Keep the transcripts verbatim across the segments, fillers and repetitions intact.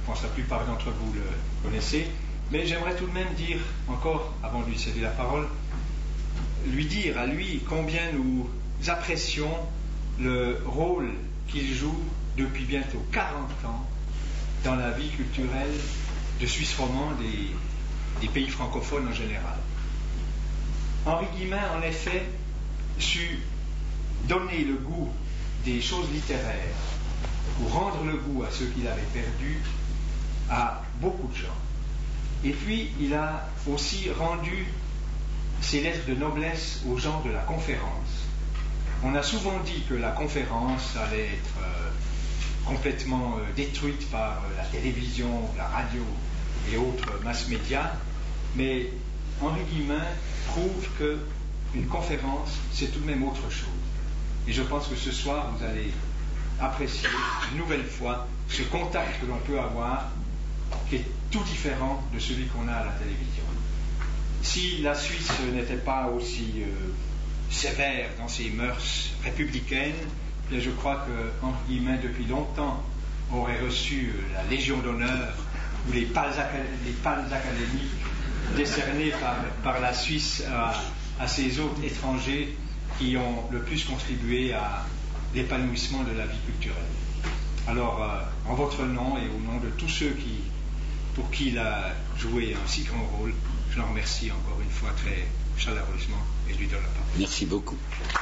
pense que la plupart d'entre vous le connaissez, mais j'aimerais tout de même dire encore, avant de lui céder la parole, lui dire à lui combien nous apprécions le rôle qu'il joue depuis bientôt quarante ans dans la vie culturelle de Suisse romande et des pays francophones en général. Henri Guillemin, en effet, sut donner le goût des choses littéraires ou rendre le goût à ceux qu'il avait perdus à beaucoup de gens. Et puis, il a aussi rendu ses lettres de noblesse aux gens de la conférence. On a souvent dit que la conférence allait être euh, complètement euh, détruite par euh, la télévision, la radio et autres mass-médias, mais Henri Guillemin prouve qu'une conférence, c'est tout de même autre chose. Et je pense que ce soir, vous allez apprécier une nouvelle fois ce contact que l'on peut avoir, qui est tout différent de celui qu'on a à la télévision. Si la Suisse n'était pas aussi euh, sévère dans ses mœurs républicaines, bien je crois que Henri Guillemin, depuis longtemps, aurait reçu euh, la Légion d'honneur ou les palmes, les palmes académiques décernées par, par la Suisse à, à ces hôtes étrangers qui ont le plus contribué à l'épanouissement de la vie culturelle. Alors, euh, en votre nom et au nom de tous ceux qui, pour qui il a joué un si grand rôle, je l'en remercie encore une fois très chaleureusement et je lui donne la parole. Merci beaucoup.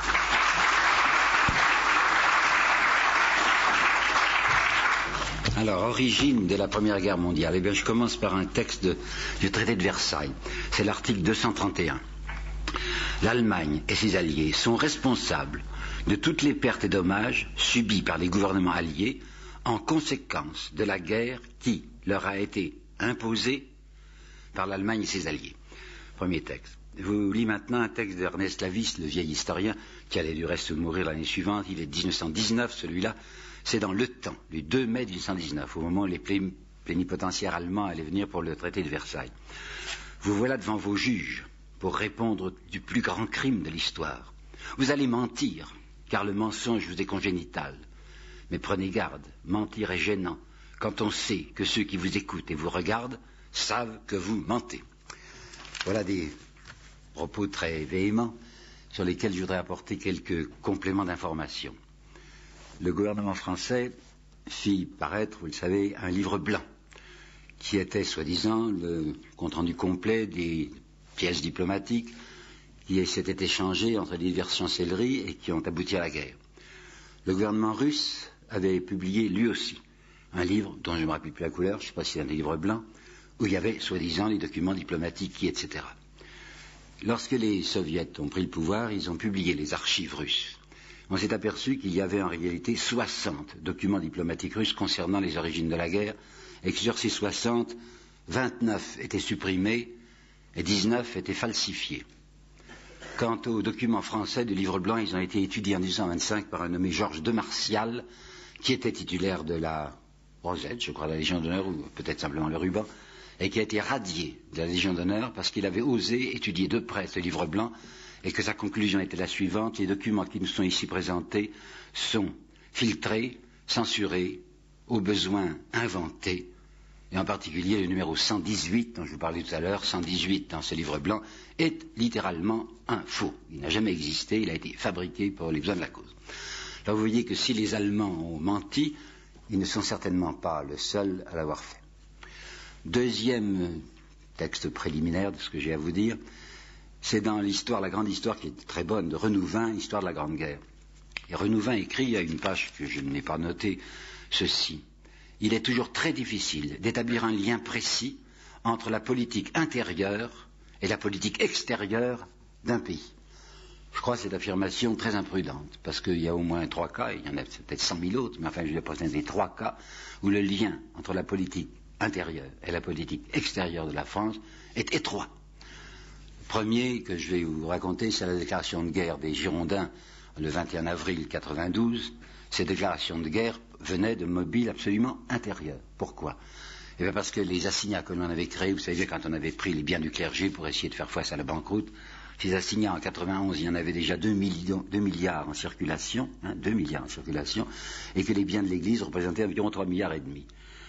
Alors, origine de la Première Guerre mondiale. Eh bien, je commence par un texte de, du traité de Versailles. C'est l'article deux cent trente et un. L'Allemagne et ses alliés sont responsables de toutes les pertes et dommages subis par les gouvernements alliés en conséquence de la guerre qui leur a été imposée par l'Allemagne et ses alliés. Premier texte. Je vous lis maintenant un texte d'Ernest Lavis, le vieil historien, qui allait du reste mourir l'année suivante. Il est de dix-neuf cent dix-neuf, celui-là. C'est dans Le Temps, du deux mai mille huit cent dix-neuf, au moment où les plénipotentiaires allemands allaient venir pour le traité de Versailles. Vous voilà devant vos juges pour répondre du plus grand crime de l'histoire. Vous allez mentir, car le mensonge vous est congénital. Mais prenez garde, mentir est gênant, quand on sait que ceux qui vous écoutent et vous regardent savent que vous mentez. Voilà des propos très véhéments sur lesquels je voudrais apporter quelques compléments d'information. Le gouvernement français fit paraître, vous le savez, un livre blanc qui était, soi-disant, le compte-rendu complet des pièces diplomatiques qui s'étaient échangées entre les diverses chancelleries et qui ont abouti à la guerre. Le gouvernement russe avait publié lui aussi un livre dont je ne me rappelle plus la couleur, je ne sais pas si c'est un livre blanc, où il y avait, soi-disant, les documents diplomatiques, qui, et cetera. Lorsque les soviets ont pris le pouvoir, ils ont publié les archives russes. On s'est aperçu qu'il y avait en réalité soixante documents diplomatiques russes concernant les origines de la guerre, et que sur ces soixante, vingt-neuf étaient supprimés et dix-neuf étaient falsifiés. Quant aux documents français du livre blanc, ils ont été étudiés en mille huit cent vingt-cinq par un nommé Georges de Martial, qui était titulaire de la Rosette, je crois, de la Légion d'honneur, ou peut-être simplement le ruban, et qui a été radié de la Légion d'honneur parce qu'il avait osé étudier de près ce livre blanc, et que sa conclusion était la suivante: les documents qui nous sont ici présentés sont filtrés, censurés, au besoin inventés, et en particulier le numéro cent dix-huit, dont je vous parlais tout à l'heure, cent dix-huit dans ce livre blanc, est littéralement un faux. Il n'a jamais existé, il a été fabriqué pour les besoins de la cause. Alors vous voyez que si les Allemands ont menti, ils ne sont certainement pas le seul à l'avoir fait. Deuxième texte préliminaire de ce que j'ai à vous dire, c'est dans l'histoire, la grande histoire qui est très bonne, de Renouvin, Histoire de la Grande Guerre. Et Renouvin écrit, à une page que je n'ai pas notée, ceci: il est toujours très difficile d'établir un lien précis entre la politique intérieure et la politique extérieure d'un pays. Je crois que c'est une affirmation très imprudente, parce qu'il y a au moins trois cas, il y en a peut-être cent mille autres, mais enfin je vais présenter trois cas où le lien entre la politique intérieure et la politique extérieure de la France est étroit. Le premier que je vais vous raconter, c'est la déclaration de guerre des Girondins le vingt et un avril mille neuf cent quatre-vingt-douze. Ces déclarations de guerre venaient de mobiles absolument intérieurs. Pourquoi? Eh bien parce que les assignats que l'on avait créés, vous savez, quand on avait pris les biens du clergé pour essayer de faire face à la banqueroute, ces assignats en quatre-vingt-onze, il y en avait déjà deux milliards en circulation, hein, deux milliards en circulation, et que les biens de l'Église représentaient environ trois milliards et demi.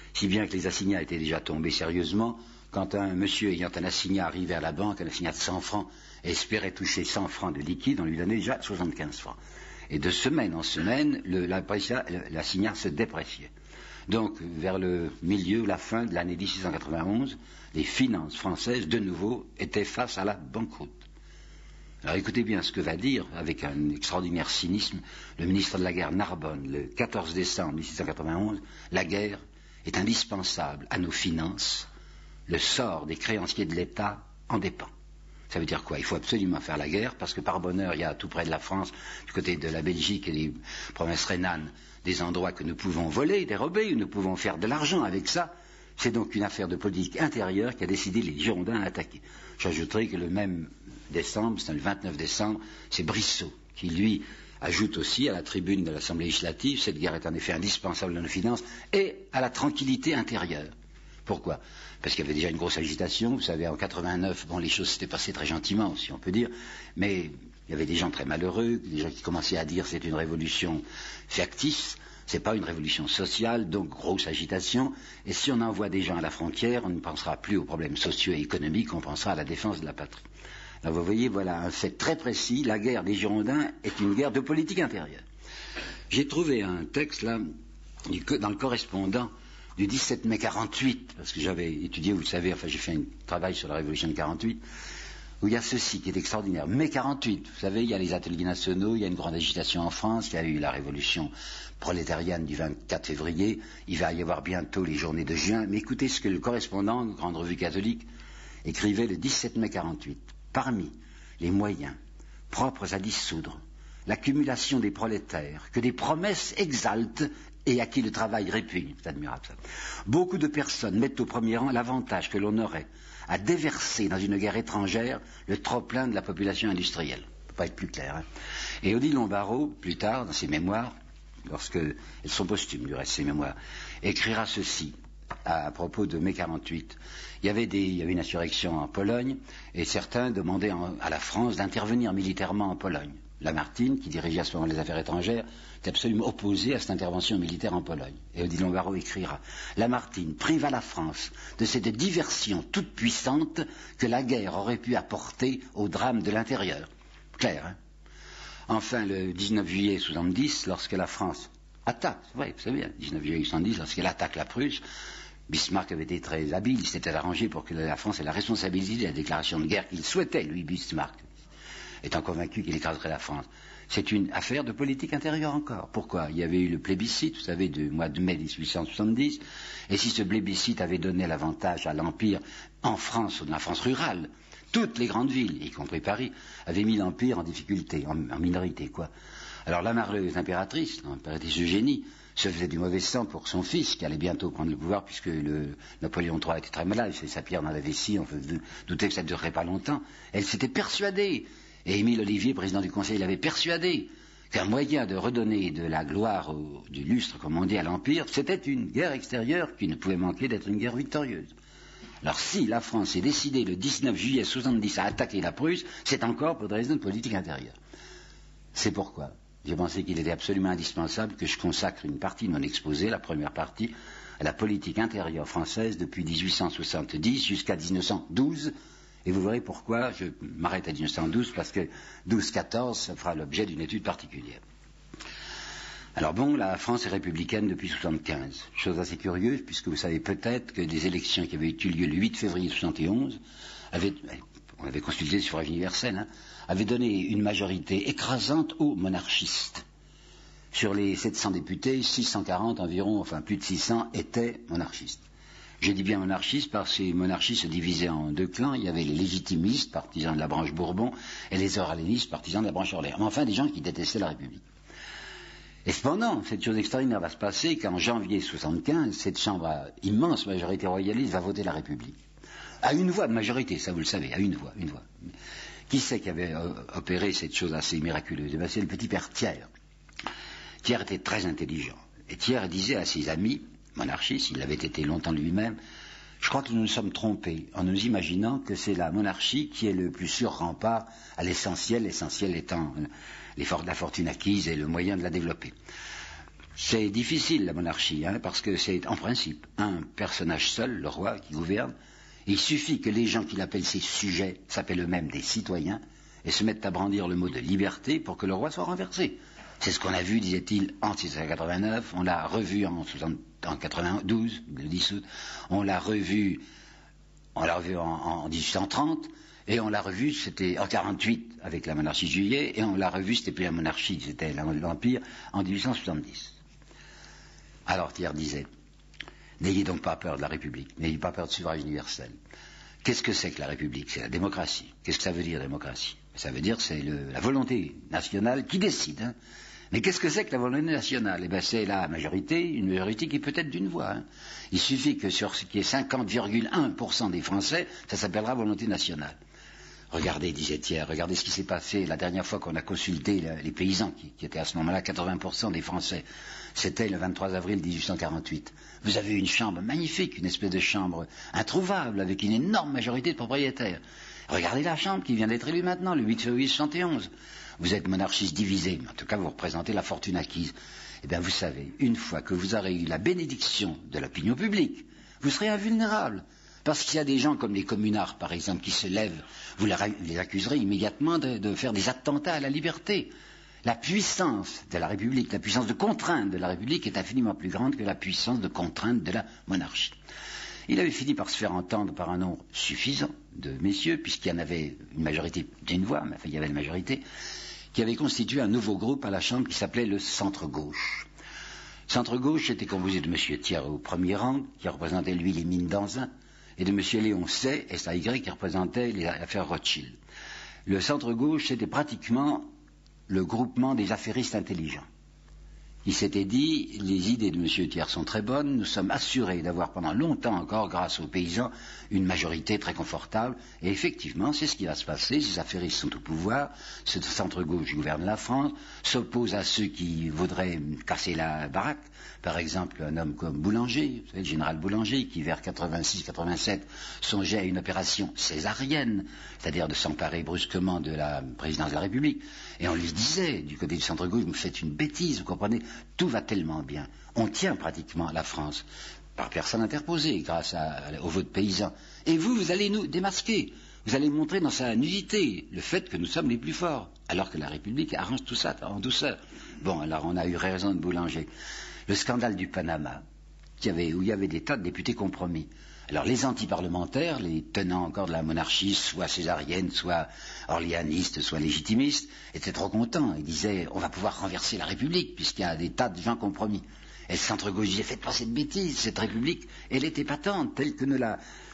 si bien que les assignats étaient déjà tombés sérieusement. Quand un monsieur ayant un assignat arrivait à la banque, un assignat de cent francs, et espérait toucher cent francs de liquide, on lui donnait déjà soixante-quinze francs. Et de semaine en semaine, l'assignat se dépréciait. Donc, vers le milieu ou la fin de l'année mille six cent quatre-vingt-onze, les finances françaises, de nouveau, étaient face à la banqueroute. Alors écoutez bien ce que va dire, avec un extraordinaire cynisme, le ministre de la Guerre Narbonne, le quatorze décembre mille six cent quatre-vingt-onze, la guerre est indispensable à nos finances, le sort des créanciers de l'État en dépend. Ça veut dire quoi? Il faut absolument faire la guerre, parce que par bonheur, il y a tout près de la France, du côté de la Belgique et des provinces rhénanes, des endroits que nous pouvons voler, dérober, où nous pouvons faire de l'argent avec ça. C'est donc une affaire de politique intérieure qui a décidé les Girondins à attaquer. J'ajouterai que le même décembre, c'est le vingt-neuf décembre, c'est Brissot qui, lui, ajoute aussi à la tribune de l'Assemblée législative, cette guerre est en effet indispensable à nos finances, et à la tranquillité intérieure. Pourquoi? Parce qu'il y avait déjà une grosse agitation. Vous savez, en quatre-vingt-neuf, bon, les choses s'étaient passées très gentiment, si on peut dire, mais il y avait des gens très malheureux, des gens qui commençaient à dire c'est une révolution factice, c'est pas une révolution sociale, donc grosse agitation, et si on envoie des gens à la frontière, on ne pensera plus aux problèmes sociaux et économiques, on pensera à la défense de la patrie. Alors vous voyez, voilà un fait très précis, la guerre des Girondins est une guerre de politique intérieure. J'ai trouvé un texte là, dans le correspondant, du dix-sept mai quarante-huit, parce que j'avais étudié, vous le savez, enfin j'ai fait un travail sur la révolution de quarante-huit, où il y a ceci qui est extraordinaire. mai quarante-huit, vous savez, il y a les ateliers nationaux, il y a une grande agitation en France, il y a eu la révolution prolétarienne du vingt-quatre février, il va y avoir bientôt les journées de juin, mais écoutez ce que le correspondant, grande revue catholique, écrivait le dix-sept mai quarante-huit. Parmi les moyens propres à dissoudre l'accumulation des prolétaires, que des promesses exaltent et à qui le travail répugne. C'est admirable ça. Beaucoup de personnes mettent au premier rang l'avantage que l'on aurait à déverser dans une guerre étrangère le trop-plein de la population industrielle. Ça ne peut pas être plus clair. Hein. Et Odile Lombard, plus tard, dans ses mémoires, lorsque elles sont posthumes du reste, ses mémoires, écrira ceci à, à propos de mai quarante-huit. Il y avait des, il y avait une insurrection en Pologne et certains demandaient en, à la France d'intervenir militairement en Pologne. Lamartine, qui dirigeait à ce moment les affaires étrangères, était absolument opposé à cette intervention militaire en Pologne. Et Odile Lombard écrira « Lamartine priva la France de cette diversion toute puissante que la guerre aurait pu apporter au drame de l'intérieur. » Clair, hein? Enfin, le dix-neuf juillet soixante-dix, lorsque la France attaque, oui, vous savez, dix-neuf juillet soixante-dix, lorsqu'elle attaque la Prusse, Bismarck avait été très habile, il s'était arrangé pour que la France ait la responsabilité de la déclaration de guerre qu'il souhaitait, lui, Bismarck, étant convaincu qu'il écraserait la France. C'est une affaire de politique intérieure encore. Pourquoi? Il y avait eu le plébiscite, vous savez, du mois de mai dix-huit cent soixante-dix, et si ce plébiscite avait donné l'avantage à l'Empire en France, dans la France rurale, toutes les grandes villes, y compris Paris, avaient mis l'Empire en difficulté, en, en minorité, quoi. Alors la marleuse impératrice, l'impératrice Eugénie, se faisait du mauvais sang pour son fils, qui allait bientôt prendre le pouvoir, puisque le Napoléon trois était très malade, il faisait sa pierre dans la vessie, on peut douter que ça ne durerait pas longtemps. Elle s'était persuadée, et Émile Ollivier, président du Conseil, l'avait persuadé qu'un moyen de redonner de la gloire, au, du lustre, comme on dit, à l'Empire, c'était une guerre extérieure qui ne pouvait manquer d'être une guerre victorieuse. Alors si la France est décidée le dix-neuf juillet soixante-dix à attaquer la Prusse, c'est encore pour des raisons de politique intérieure. C'est pourquoi j'ai pensé qu'il était absolument indispensable que je consacre une partie de mon exposé, la première partie, à la politique intérieure française depuis dix-huit cent soixante-dix jusqu'à dix-neuf cent douze, et vous verrez pourquoi je m'arrête à dix-neuf cent douze, parce que douze quatorze, ça fera l'objet d'une étude particulière. Alors bon, la France est républicaine depuis soixante-quinze. Chose assez curieuse, puisque vous savez peut-être que des élections qui avaient eu lieu le huit février soixante et onze, avaient, on avait consulté le suffrage universel, hein, avaient donné une majorité écrasante aux monarchistes. Sur les sept cents députés, six cent quarante environ, enfin plus de six cents, étaient monarchistes. J'ai dit bien monarchistes parce que ces monarchies se divisaient en deux clans. Il y avait les légitimistes, partisans de la branche Bourbon, et les orléanistes, partisans de la branche Orléans. Mais enfin, des gens qui détestaient la République. Et cependant, cette chose extraordinaire va se passer qu'en janvier soixante-quinze, cette chambre à immense majorité royaliste va voter la République. À une voix de majorité, ça vous le savez, à une voix, une voix. Qui c'est qui avait euh, opéré cette chose assez miraculeuse? Eh bien, c'est le petit père Thiers. Thiers était très intelligent. Et Thiers disait à ses amis monarchistes, il l'avait été longtemps lui-même, je crois que nous nous sommes trompés en nous imaginant que c'est la monarchie qui est le plus sûr rempart à l'essentiel, l'essentiel étant l'effort de la fortune acquise et le moyen de la développer. C'est difficile la monarchie, hein, parce que c'est en principe un personnage seul, le roi, qui gouverne. Il suffit que les gens qu'il appelle ses sujets s'appellent eux-mêmes des citoyens et se mettent à brandir le mot de liberté pour que le roi soit renversé. C'est ce qu'on a vu, disait-il, en mille six cent quatre-vingt-neuf, on l'a revu en, en quatre-vingt-douze, le dix août, on l'a revu, on l'a revu en, en dix-huit cent trente, et on l'a revu, c'était en quarante-huit avec la monarchie de juillet, et on l'a revu, c'était plus la monarchie, c'était l'Empire, en dix-huit cent soixante-dix. Alors Thiers disait, n'ayez donc pas peur de la République, n'ayez pas peur du suffrage universel. Qu'est-ce que c'est que la République? C'est la démocratie. Qu'est-ce que ça veut dire, démocratie? Ça veut dire que c'est le, la volonté nationale qui décide. Hein. Mais qu'est-ce que c'est que la volonté nationale? Eh bien, c'est la majorité, une majorité qui peut être d'une voix. Hein. Il suffit que sur ce qui est cinquante virgule un pour cent des Français, ça s'appellera volonté nationale. Regardez, disait Thiers, regardez ce qui s'est passé la dernière fois qu'on a consulté les paysans, qui, qui étaient à ce moment-là quatre-vingts pour cent des Français. C'était le vingt-trois avril mille huit cent quarante-huit. Vous avez une chambre magnifique, une espèce de chambre introuvable, avec une énorme majorité de propriétaires. Regardez la chambre qui vient d'être élue maintenant, le huit février soixante et onze. Vous êtes monarchiste divisé, mais en tout cas vous représentez la fortune acquise. Eh bien vous savez, une fois que vous aurez eu la bénédiction de l'opinion publique, vous serez invulnérable. Parce qu'il y a des gens comme les communards, par exemple, qui se lèvent, vous les accuserez immédiatement de, de faire des attentats à la liberté. La puissance de la République, la puissance de contrainte de la République est infiniment plus grande que la puissance de contrainte de la monarchie. Il avait fini par se faire entendre par un nombre suffisant de messieurs, puisqu'il y en avait une majorité d'une voix, mais enfin il y avait une majorité, qui avait constitué un nouveau groupe à la Chambre qui s'appelait le Centre-Gauche. Centre-Gauche était composé de M. Thiers au premier rang, qui représentait lui les mines d'Anzin, et de M. Léon Say, S A Y, qui représentait les affaires Rothschild. Le Centre-Gauche, c'était pratiquement le groupement des affairistes intelligents. Il s'était dit, les idées de M. Thiers sont très bonnes, nous sommes assurés d'avoir pendant longtemps encore, grâce aux paysans, une majorité très confortable, et effectivement, c'est ce qui va se passer, ces affairistes sont au pouvoir, ce centre-gauche gouverne la France, s'oppose à ceux qui voudraient casser la baraque, par exemple un homme comme Boulanger, vous savez, le général Boulanger, qui vers quatre-vingt-six quatre-vingt-sept songeait à une opération césarienne, c'est-à-dire de s'emparer brusquement de la présidence de la République, et on lui disait, du côté du centre-gauche, vous faites une bêtise, vous comprenez, tout va tellement bien. On tient pratiquement la France par personne interposée grâce à, à, au vote paysan. Et vous, vous allez nous démasquer. Vous allez montrer dans sa nudité le fait que nous sommes les plus forts. Alors que la République arrange tout ça en douceur. Bon, alors on a eu raison de Boulanger. Le scandale du Panama, qui avait, où il y avait des tas de députés compromis. Alors les anti-parlementaires, les tenants encore de la monarchie, soit césarienne, soit orléanistes, soit légitimistes, étaient trop contents. Ils disaient, on va pouvoir renverser la République, puisqu'il y a des tas de gens compromis. Et le centre-gauche disait, faites pas cette bêtise, cette République, elle était patente, telle que nous la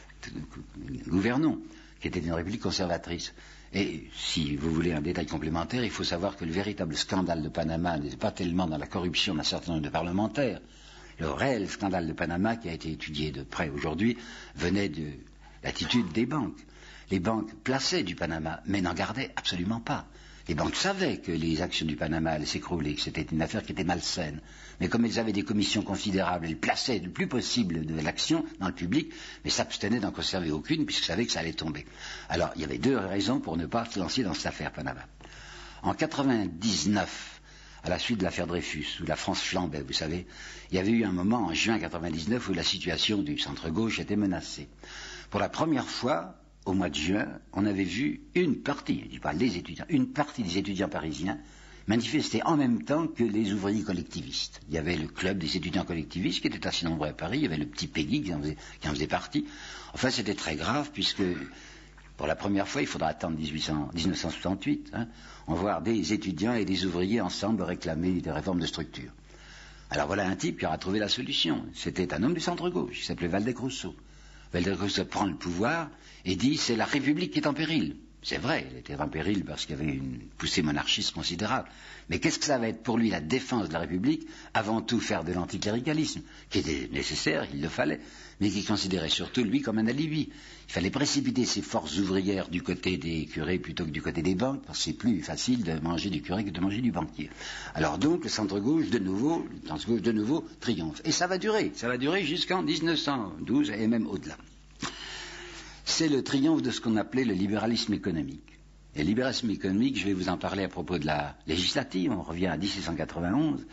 gouvernons, qui était une République conservatrice. Et si vous voulez un détail complémentaire, il faut savoir que le véritable scandale de Panama n'était pas tellement dans la corruption d'un certain nombre de parlementaires. Le réel scandale de Panama, qui a été étudié de près aujourd'hui, venait de l'attitude des banques. Les banques plaçaient du Panama, mais n'en gardaient absolument pas. Les banques savaient que les actions du Panama allaient s'écrouler, que c'était une affaire qui était malsaine. Mais comme elles avaient des commissions considérables, elles plaçaient le plus possible de l'action dans le public, mais s'abstenaient d'en conserver aucune, puisqu'elles savaient que ça allait tomber. Alors, il y avait deux raisons pour ne pas se lancer dans cette affaire Panama. En quatre-vingt-dix-neuf, à la suite de l'affaire Dreyfus, où la France flambait, vous savez, il y avait eu un moment en juin quatre-vingt-dix-neuf où la situation du centre-gauche était menacée. Pour la première fois, au mois de juin, on avait vu une partie, je dis pas les étudiants, une partie des étudiants parisiens manifester en même temps que les ouvriers collectivistes. Il y avait le club des étudiants collectivistes qui était assez nombreux à Paris, il y avait le petit Peggy qui en faisait, qui en faisait partie. Enfin, c'était très grave puisque pour la première fois, il faudra attendre dix-neuf cent soixante-huit, hein, on va voir des étudiants et des ouvriers ensemble réclamer des réformes de structure. Alors voilà un type qui aura trouvé la solution. C'était un homme du centre-gauche, il s'appelait Waldeck-Rousseau. Waldeck-Rousseau prend le pouvoir et dit c'est la République qui est en péril. C'est vrai, elle était en péril parce qu'il y avait une poussée monarchiste considérable. Mais qu'est-ce que ça va être pour lui la défense de la République? Avant tout faire de l'anticléricalisme, qui était nécessaire, il le fallait, mais qui considérait surtout lui comme un alibi. Il fallait précipiter ses forces ouvrières du côté des curés plutôt que du côté des banques, parce que c'est plus facile de manger du curé que de manger du banquier. Alors donc le centre-gauche de nouveau, le centre-gauche de nouveau triomphe. Et ça va durer, ça va durer jusqu'en dix-neuf cent douze et même au-delà. C'est le triomphe de ce qu'on appelait le libéralisme économique. Et le libéralisme économique, je vais vous en parler à propos de la législative, on revient à mille six cent quatre-vingt-onze,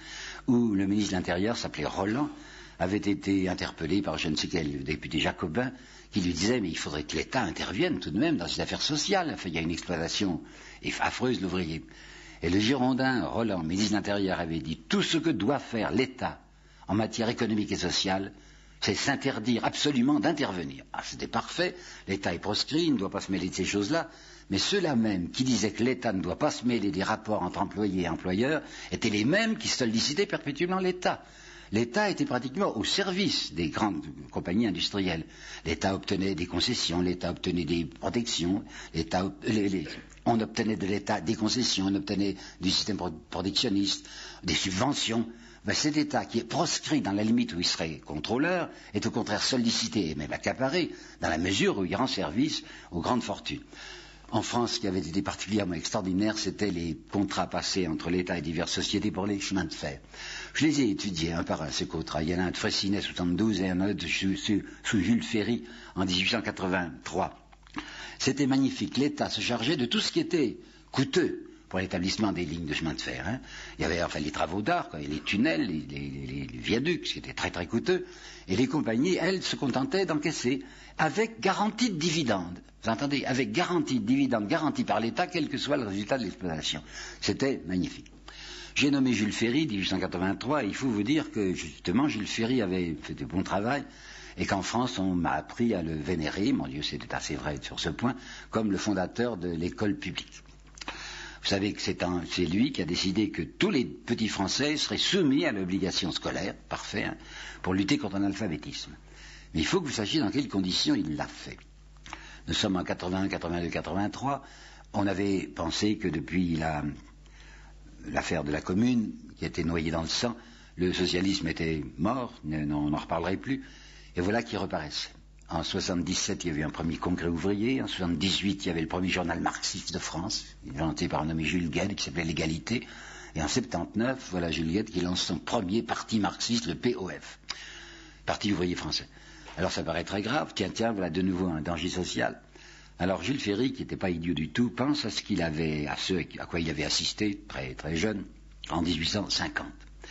où le ministre de l'Intérieur s'appelait Roland, avait été interpellé par je ne sais quel député jacobin qui lui disait mais il faudrait que l'État intervienne tout de même dans ces affaires sociales. Enfin, il y a une exploitation affreuse de l'ouvrier. Et le Girondin Roland, ministre de l'Intérieur, avait dit tout ce que doit faire l'État en matière économique et sociale, c'est s'interdire absolument d'intervenir. Ah, c'était parfait, l'État est proscrit, il ne doit pas se mêler de ces choses-là, mais ceux-là même qui disaient que l'État ne doit pas se mêler des rapports entre employés et employeurs étaient les mêmes qui sollicitaient perpétuellement l'État. L'État était pratiquement au service des grandes compagnies industrielles. L'État obtenait des concessions, l'État obtenait des protections, l'État, les, les, on obtenait de l'État des concessions, on obtenait du système protectionniste, des subventions. Ben, cet État qui est proscrit dans la limite où il serait contrôleur est au contraire sollicité et même accaparé dans la mesure où il rend service aux grandes fortunes. En France, ce qui avait été particulièrement extraordinaire, c'était les contrats passés entre l'État et diverses sociétés pour les chemins de fer. Je les ai étudiés un par un, ces contrats. Il y en a un de Freycinet soixante-douze et un autre sous, sous, sous Jules Ferry en dix-huit cent quatre-vingt-trois. C'était magnifique. L'État se chargeait de tout ce qui était coûteux pour l'établissement des lignes de chemin de fer. Hein. Il y avait enfin les travaux d'art, quoi, les tunnels, les, les, les, les viaducs, ce qui était très très coûteux. Et les compagnies, elles, se contentaient d'encaisser avec garantie de dividendes. Vous entendez? Avec garantie de dividendes, garantie par l'État, quel que soit le résultat de l'exploitation. C'était magnifique. J'ai nommé Jules Ferry, dix-huit cent quatre-vingt-trois, et il faut vous dire que, justement, Jules Ferry avait fait du bon travail, et qu'en France, on m'a appris à le vénérer, mon Dieu, c'était assez vrai sur ce point, comme le fondateur de l'école publique. Vous savez que c'est, un, c'est lui qui a décidé que tous les petits Français seraient soumis à l'obligation scolaire, parfait, hein, pour lutter contre l'analphabétisme. Mais il faut que vous sachiez dans quelles conditions il l'a fait. Nous sommes en quatre-vingt-un, quatre-vingt-deux, quatre-vingt-trois. On avait pensé que depuis la, l'affaire de la Commune, qui était noyée dans le sang, le socialisme était mort, on n'en reparlerait plus. Et voilà qu'il reparaissait. En soixante-dix-sept, il y avait un premier congrès ouvrier. En soixante-dix-huit, il y avait le premier journal marxiste de France, inventé par un nommé Jules Guesde, qui s'appelait L'Égalité. Et en soixante-dix-neuf, voilà Jules Guesde qui lance son premier parti marxiste, le P O F, Parti ouvrier français. Alors ça paraît très grave, tiens, tiens, voilà de nouveau un danger social. Alors Jules Ferry, qui n'était pas idiot du tout, pense à ce qu'il avait, à ce à quoi il avait assisté, très très jeune, en dix-huit cent cinquante.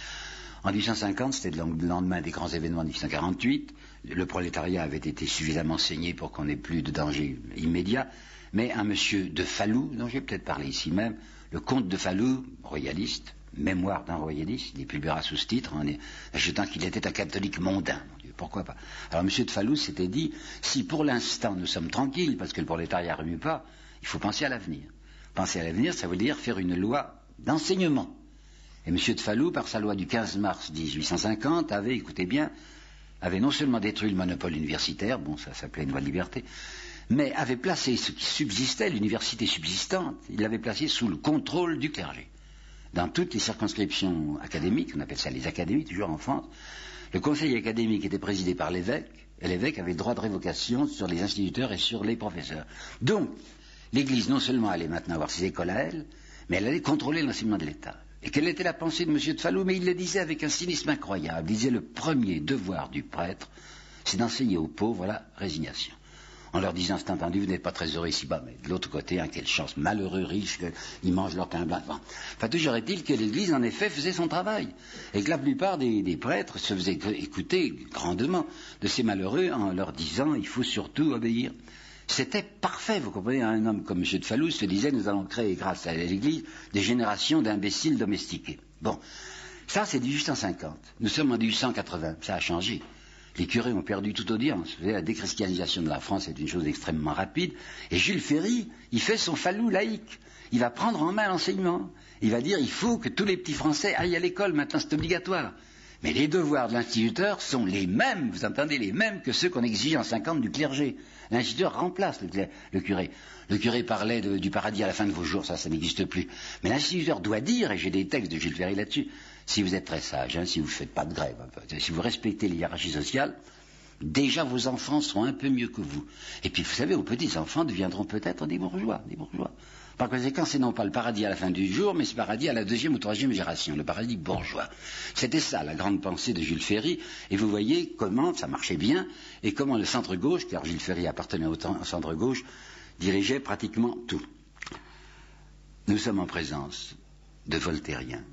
En dix-huit cent cinquante, c'était le lendemain des grands événements de dix-huit cent quarante-huit, le prolétariat avait été suffisamment saigné pour qu'on n'ait plus de danger immédiat, mais un monsieur de Falloux, dont j'ai peut-être parlé ici même, le comte de Falloux, royaliste, mémoire d'un royaliste, il publiera sous ce titre, en ajoutant qu'il était un catholique mondain. Pourquoi pas? Alors M. de Falloux s'était dit, si pour l'instant nous sommes tranquilles, parce que le prolétariat ne remue pas, il faut penser à l'avenir. Penser à l'avenir, ça veut dire faire une loi d'enseignement. Et M. de Falloux, par sa loi du quinze mars dix-huit cent cinquante, avait, écoutez bien, avait non seulement détruit le monopole universitaire, bon, ça s'appelait une loi de liberté, mais avait placé ce qui subsistait, l'université subsistante, il l'avait placé sous le contrôle du clergé. Dans toutes les circonscriptions académiques, on appelle ça les académies, toujours en France, le conseil académique était présidé par l'évêque, et l'évêque avait le droit de révocation sur les instituteurs et sur les professeurs. Donc, l'Église non seulement allait maintenant avoir ses écoles à elle, mais elle allait contrôler l'enseignement de l'État. Et quelle était la pensée de M. de Falloux? Mais il le disait avec un cynisme incroyable. Il disait le premier devoir du prêtre, c'est d'enseigner aux pauvres la résignation. En leur disant, c'est entendu, vous n'êtes pas très heureux ici-bas, mais de l'autre côté, hein, quelle chance, malheureux riches, qu'ils mangent leur pain blanc. Enfin, toujours est-il que l'Église, en effet, faisait son travail. Et que la plupart des, des prêtres se faisaient écouter grandement de ces malheureux en leur disant, il faut surtout obéir. C'était parfait, vous comprenez, un homme comme M. de Falloux se disait, nous allons créer, grâce à l'Église, des générations d'imbéciles domestiqués. Bon, ça c'est dix-huit cent cinquante. Nous sommes en dix-huit cent quatre-vingts, ça a changé. Les curés ont perdu toute audience. Vous savez, la déchristianisation de la France est une chose extrêmement rapide. Et Jules Ferry, il fait son Falloux laïque. Il va prendre en main l'enseignement. Il va dire, il faut que tous les petits Français aillent à l'école, maintenant c'est obligatoire. Mais les devoirs de l'instituteur sont les mêmes, vous entendez, les mêmes que ceux qu'on exige en cinquante du clergé. L'instituteur remplace le, le curé. Le curé parlait de, du paradis à la fin de vos jours, ça, ça n'existe plus. Mais l'instituteur doit dire, et j'ai des textes de Jules Ferry là-dessus, si vous êtes très sage, hein, si vous ne faites pas de grève, si vous respectez les hiérarchies sociales, déjà vos enfants seront un peu mieux que vous. Et puis, vous savez, vos petits-enfants deviendront peut-être des bourgeois, des bourgeois. Par conséquent, c'est non pas le paradis à la fin du jour, mais ce paradis à la deuxième ou troisième génération, le paradis bourgeois. C'était ça, la grande pensée de Jules Ferry, et vous voyez comment ça marchait bien, et comment le centre-gauche, car Jules Ferry appartenait au centre-gauche, dirigeait pratiquement tout. Nous sommes en présence de voltairiens,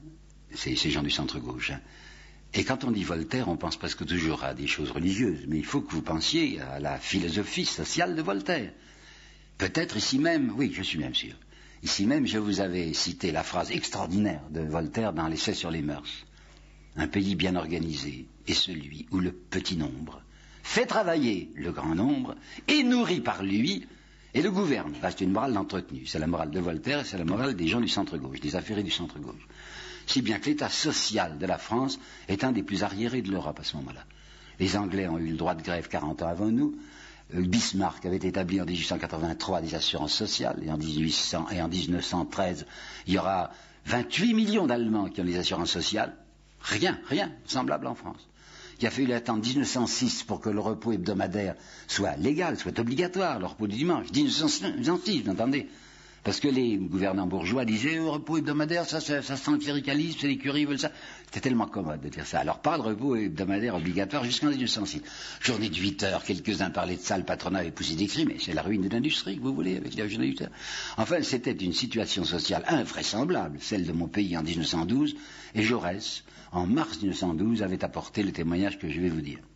ces, ces gens du centre-gauche. Hein. Et quand on dit Voltaire, on pense presque toujours à des choses religieuses, mais il faut que vous pensiez à la philosophie sociale de Voltaire. Peut-être ici même, oui, je suis même sûr, ici même je vous avais cité la phrase extraordinaire de Voltaire dans l'Essai sur les mœurs. Un pays bien organisé est celui où le petit nombre fait travailler le grand nombre, est nourri par lui et le gouverne. Là, c'est une morale d'entretenu. C'est la morale de Voltaire et c'est la morale des gens du centre-gauche, des affairés du centre-gauche. Si bien que l'état social de la France est un des plus arriérés de l'Europe à ce moment-là. Les Anglais ont eu le droit de grève quarante ans avant nous. Bismarck avait établi en dix-huit cent quatre-vingt-trois des assurances sociales et en, dix-huit cents, et en dix-neuf cent treize, il y aura vingt-huit millions d'Allemands qui ont les assurances sociales. Rien, rien semblable en France. Il a fallu attendre dix-neuf cent six pour que le repos hebdomadaire soit légal, soit obligatoire, le repos du dimanche. dix-neuf cent six, vous entendez? Parce que les gouvernants bourgeois disaient le repos hebdomadaire, ça, ça, ça sent le cléricalisme, c'est les curies veulent ça. C'était tellement commode de dire ça. Alors pas de repos hebdomadaire obligatoire jusqu'en dix-neuf cent six. Journée de huit heures, quelques-uns parlaient de ça, le patronat avait poussé des cris, mais c'est la ruine de l'industrie que vous voulez avec la journée de huit heures. Enfin, c'était une situation sociale invraisemblable, celle de mon pays en dix-neuf cent douze, et Jaurès, en mars dix-neuf cent douze, avait apporté le témoignage que je vais vous dire.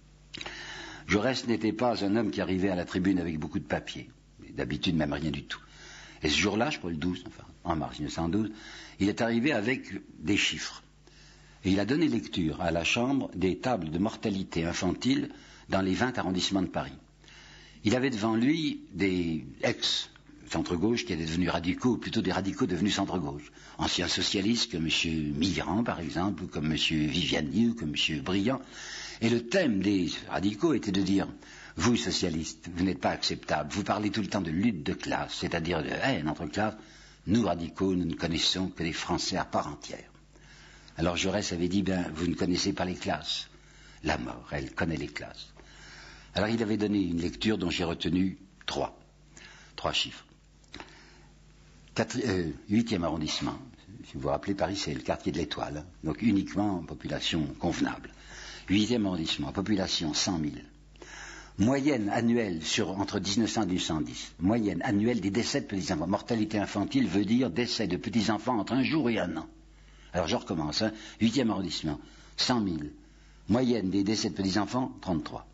Jaurès n'était pas un homme qui arrivait à la tribune avec beaucoup de papier, d'habitude même rien du tout. Et ce jour-là, je crois le douze, enfin, en mars dix-neuf cent douze, il est arrivé avec des chiffres. Et il a donné lecture à la Chambre des tables de mortalité infantile dans les vingt arrondissements de Paris. Il avait devant lui des ex-centre-gauche qui étaient devenus radicaux, ou plutôt des radicaux devenus centre-gauche. Anciens socialistes comme M. Mitterrand, par exemple, ou comme M. Viviani, ou comme M. Briand. Et le thème des radicaux était de dire... Vous, socialistes, vous n'êtes pas acceptables. Vous parlez tout le temps de lutte de classe, c'est-à-dire de haine entre classes. Nous, radicaux, nous ne connaissons que les Français à part entière. Alors Jaurès avait dit, ben, vous ne connaissez pas les classes. La mort, elle connaît les classes. Alors il avait donné une lecture dont j'ai retenu trois. Trois chiffres. Quatre, euh, huitième arrondissement. Si vous vous rappelez, Paris, c'est le quartier de l'Étoile. Hein, donc uniquement en population convenable. Huitième arrondissement, population cent mille. Moyenne annuelle sur entre dix-neuf cents et dix-neuf cent dix, moyenne annuelle des décès de petits-enfants. Mortalité infantile veut dire décès de petits-enfants entre un jour et un an. Alors je recommence, hein. Huitième arrondissement, cent mille. Moyenne des décès de petits-enfants, trente-trois.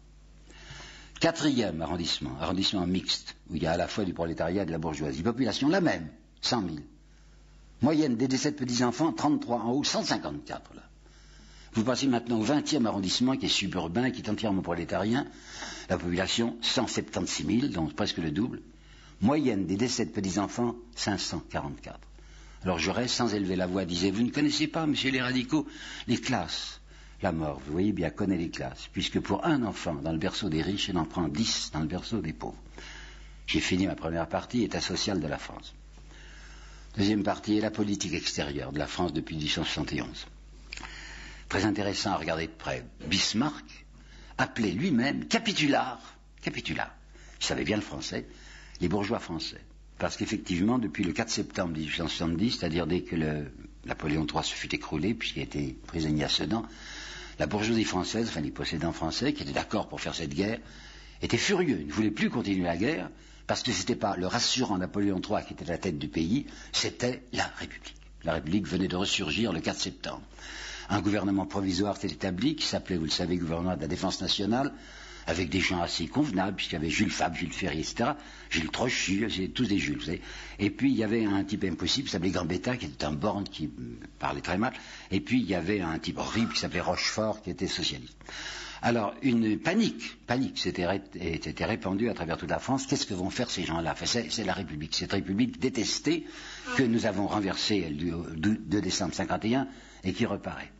Quatrième arrondissement, arrondissement mixte, où il y a à la fois du prolétariat et de la bourgeoisie. Population la même, cent mille. Moyenne des décès de petits-enfants, trente-trois en haut, cent cinquante-quatre là. Vous passez maintenant au vingtième arrondissement qui est suburbain, qui est entièrement prolétarien. La population, cent soixante-seize mille, donc presque le double. Moyenne des décès de petits-enfants, cinq cent quarante-quatre. Alors Jaurès, sans élever la voix, disait, vous ne connaissez pas, monsieur les radicaux, les classes. La mort, vous voyez bien, connaît les classes, puisque pour un enfant dans le berceau des riches, il en prend dix dans le berceau des pauvres. J'ai fini ma première partie, état social de la France. Deuxième partie est la politique extérieure de la France depuis dix-huit cent soixante et onze. Très intéressant à regarder de près. Bismarck appelait lui-même capitular, capitular, il savait bien le français, les bourgeois français. Parce qu'effectivement, depuis le quatre septembre dix-huit cent soixante-dix, c'est-à-dire dès que le, Napoléon trois se fut écroulé, puisqu'il était prisonnier à Sedan, la bourgeoisie française, enfin les possédants français, qui étaient d'accord pour faire cette guerre, étaient furieux, ils ne voulaient plus continuer la guerre, parce que ce n'était pas le rassurant Napoléon trois qui était à la tête du pays, c'était la République. La République venait de ressurgir le quatre septembre. Un gouvernement provisoire s'est établi, qui s'appelait, vous le savez, gouvernement de la Défense nationale, avec des gens assez convenables, puisqu'il y avait Jules Favre, Jules Ferry, et cetera, Jules Trochu, tous des Jules, vous savez. Et puis il y avait un type impossible, qui s'appelait Gambetta, qui était un borgne, qui parlait très mal, et puis il y avait un type horrible, qui s'appelait Rochefort, qui était socialiste. Alors, une panique, panique s'était ré, répandue à travers toute la France. Qu'est-ce que vont faire ces gens-là? Enfin, c'est, c'est la République, cette République détestée que nous avons renversée le deux décembre cinquante et un et qui reparaît.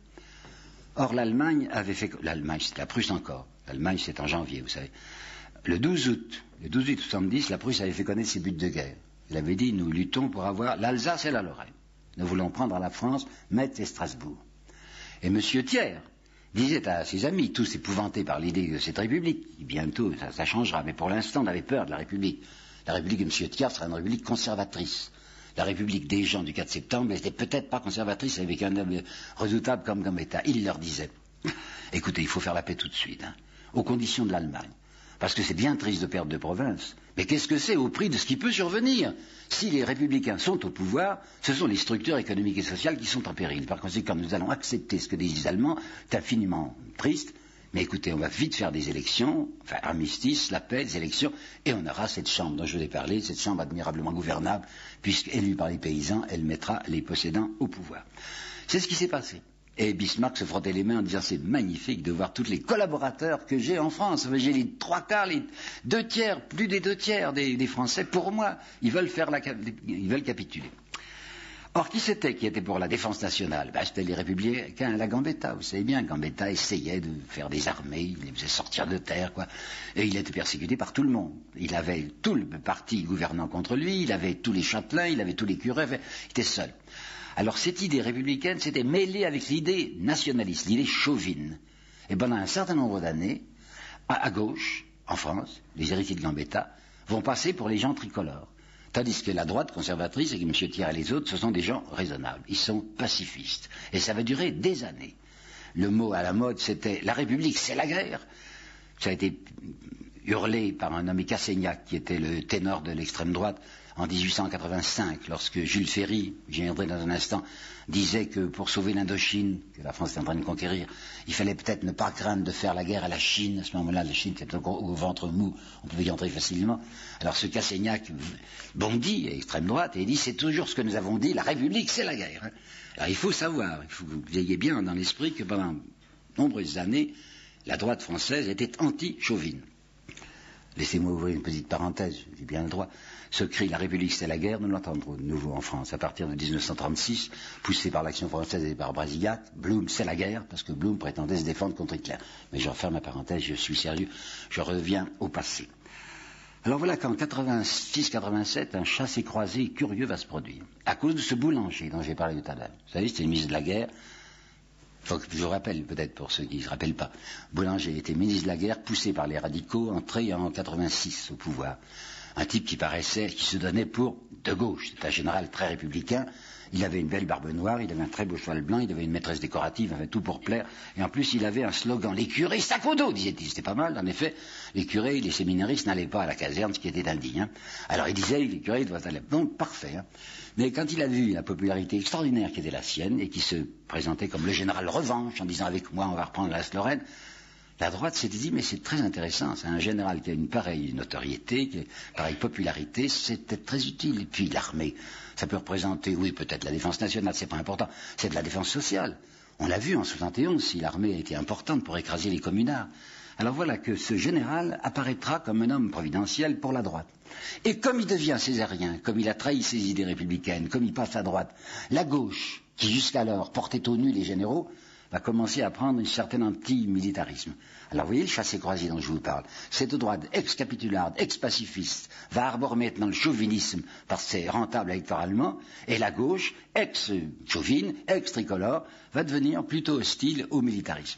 Or, l'Allemagne avait fait... L'Allemagne, c'est la Prusse encore. L'Allemagne, c'est en janvier, vous savez. Le douze août, le douze août soixante-dix, la Prusse avait fait connaître ses buts de guerre. Elle avait dit, nous luttons pour avoir l'Alsace et la Lorraine. Nous voulons prendre à la France Metz et Strasbourg. Et M. Thiers disait à ses amis, tous épouvantés par l'idée de cette République, bientôt ça, ça changera, mais pour l'instant on avait peur de la République. La République de M. Thiers sera une République conservatrice. La République des gens du quatre septembre n'était peut-être pas conservatrice avec un homme redoutable comme Gambetta. Il leur disait, écoutez, il faut faire la paix tout de suite, hein, aux conditions de l'Allemagne. parce que c'est bien triste de perdre de province. Mais qu'est-ce que c'est au prix de ce qui peut survenir? Si les républicains sont au pouvoir, ce sont les structures économiques et sociales qui sont en péril. Par conséquent, nous allons accepter ce que disent les Allemands, c'est infiniment triste, mais écoutez, on va vite faire des élections, enfin armistice, la paix, des élections, et on aura cette chambre dont je vous ai parlé, cette chambre admirablement gouvernable, puisqu'élue par les paysans, elle mettra les possédants au pouvoir. C'est ce qui s'est passé. Et Bismarck se frottait les mains en disant c'est magnifique de voir tous les collaborateurs que j'ai en France. J'ai les trois quarts, les deux tiers, plus des deux tiers des, des Français pour moi. Ils veulent faire la, ils veulent capituler. Or, qui c'était qui était pour la défense nationale? Ben, c'était les républicains à la Gambetta. Vous savez bien, Gambetta essayait de faire des armées, il les faisait sortir de terre, quoi. Et il était persécuté par tout le monde. Il avait tout le parti gouvernant contre lui, il avait tous les châtelains, il avait tous les curés, il était seul. Alors cette idée républicaine s'était mêlée avec l'idée nationaliste, l'idée chauvine. Et pendant un certain nombre d'années, à, à gauche, en France, les héritiers de Gambetta vont passer pour les gens tricolores. Tandis que la droite conservatrice, et M. Thiers et les autres, ce sont des gens raisonnables. Ils sont pacifistes. Et ça va durer des années. Le mot à la mode, c'était « la République, c'est la guerre ». Ça a été hurlé par un nommé Casseignac, qui était le ténor de l'extrême droite, en dix-huit cent quatre-vingt-cinq, lorsque Jules Ferry, j'y reviendrai dans un instant, disait que pour sauver l'Indochine, que la France était en train de conquérir, il fallait peut-être ne pas craindre de faire la guerre à la Chine. À ce moment-là, la Chine était encore au ventre mou, on pouvait y entrer facilement. Alors ce Casseignac bondit à l'extrême droite et dit c'est toujours ce que nous avons dit, la République c'est la guerre. Alors il faut savoir, il faut que vous ayez bien dans l'esprit que pendant de nombreuses années, la droite française était anti-chauvine. Laissez-moi ouvrir une petite parenthèse, j'ai bien le droit. Ce cri « La République, c'est la guerre », nous l'entendrons de nouveau en France. À partir de dix-neuf cent trente-six, poussé par l'Action française et par Brasillac, Blum, c'est la guerre, parce que Blum prétendait se défendre contre Hitler. Mais je referme ma parenthèse, je suis sérieux, je reviens au passé. Alors voilà qu'en quatre-vingt-six quatre-vingt-sept, un chassé-croisé curieux va se produire. À cause de ce boulanger dont j'ai parlé tout à l'heure. Vous savez, c'était le ministre de la guerre. Faut que je vous rappelle, peut-être pour ceux qui ne se rappellent pas. Boulanger était ministre de la guerre, poussé par les radicaux, entré en quatre-vingt-six au pouvoir. Un type qui paraissait, qui se donnait pour de gauche. C'est un général très républicain. Il avait une belle barbe noire, il avait un très beau cheval blanc, il avait une maîtresse décorative, avait tout pour plaire. Et en plus, il avait un slogan. Les curés, sac au dos, disait-il. C'était pas mal, en effet. Les curés et les séminaristes n'allaient pas à la caserne, ce qui était indigne. Hein. Alors il disait, les curés doivent aller. Donc, parfait. Hein. Mais quand il a vu la popularité extraordinaire qui était la sienne, et qui se présentait comme le général revanche, en disant avec moi, on va reprendre l'As-Lorraine, la droite s'était dit, mais c'est très intéressant, c'est un général qui a une pareille notoriété, qui a une pareille popularité, c'était très utile. Et puis l'armée, ça peut représenter, oui, peut-être la défense nationale, c'est pas important, c'est de la défense sociale. On l'a vu en soixante et onze, si l'armée a été importante pour écraser les communards. Alors voilà que ce général apparaîtra comme un homme providentiel pour la droite. Et comme il devient césarien, comme il a trahi ses idées républicaines, comme il passe à droite, la gauche, qui jusqu'alors portait au nu les généraux, va commencer à prendre une certaine anti-militarisme. Alors vous voyez le chassé-croisé dont je vous parle. Cette droite ex-capitularde, ex-pacifiste, va arborer maintenant le chauvinisme parce que c'est rentable électoralement, et la gauche, ex-chauvine, ex-tricolore, va devenir plutôt hostile au militarisme.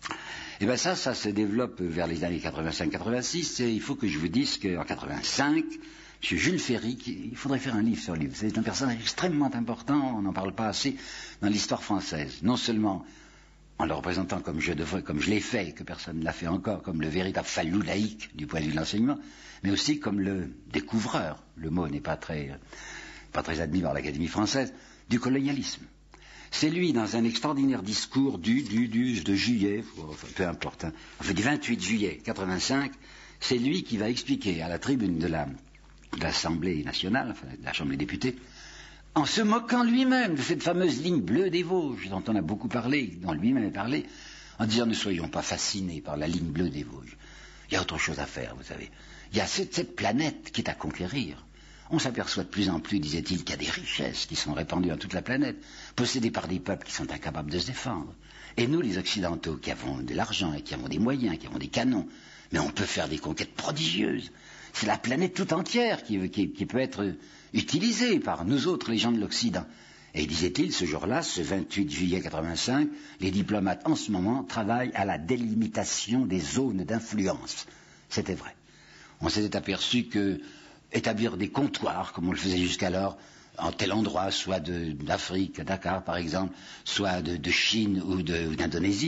Et bien ça, ça se développe vers les années quatre-vingt-cinq quatre-vingt-six, et il faut que je vous dise qu'en quatre-vingt-cinq, M. Jules Ferry, qui, il faudrait faire un livre sur lui, c'est un personnage extrêmement important, on n'en parle pas assez dans l'histoire française. Non seulement en le représentant comme je, devrais, comme je l'ai fait, et que personne ne l'a fait encore, comme le véritable fallou laïque du point de vue de l'enseignement, mais aussi comme le découvreur, le mot n'est pas très, pas très admis par l'Académie française, du colonialisme. C'est lui, dans un extraordinaire discours du, du, du, de juillet, enfin, peu importe, hein, enfin, du vingt-huit juillet quatre-vingt-cinq, c'est lui qui va expliquer à la tribune de la, de l'Assemblée nationale, enfin, de la Chambre des députés, en se moquant lui-même de cette fameuse ligne bleue des Vosges, dont on a beaucoup parlé, dont lui-même a parlé, en disant ne soyons pas fascinés par la ligne bleue des Vosges. Il y a autre chose à faire, vous savez. Il y a cette, cette planète qui est à conquérir. On s'aperçoit de plus en plus, disait-il, qu'il y a des richesses qui sont répandues dans toute la planète, possédées par des peuples qui sont incapables de se défendre. Et nous, les Occidentaux, qui avons de l'argent et qui avons des moyens, qui avons des canons, mais on peut faire des conquêtes prodigieuses. C'est la planète tout entière qui, qui, qui peut être utilisée par nous autres, les gens de l'Occident. Et disait-il, ce jour-là, ce vingt-huit juillet quatre-vingt-cinq, les diplomates en ce moment travaillent à la délimitation des zones d'influence. C'était vrai. On s'était aperçu que établir des comptoirs, comme on le faisait jusqu'alors, en tel endroit, soit de, d'Afrique, Dakar par exemple, soit de, de Chine ou, de, ou d'Indonésie,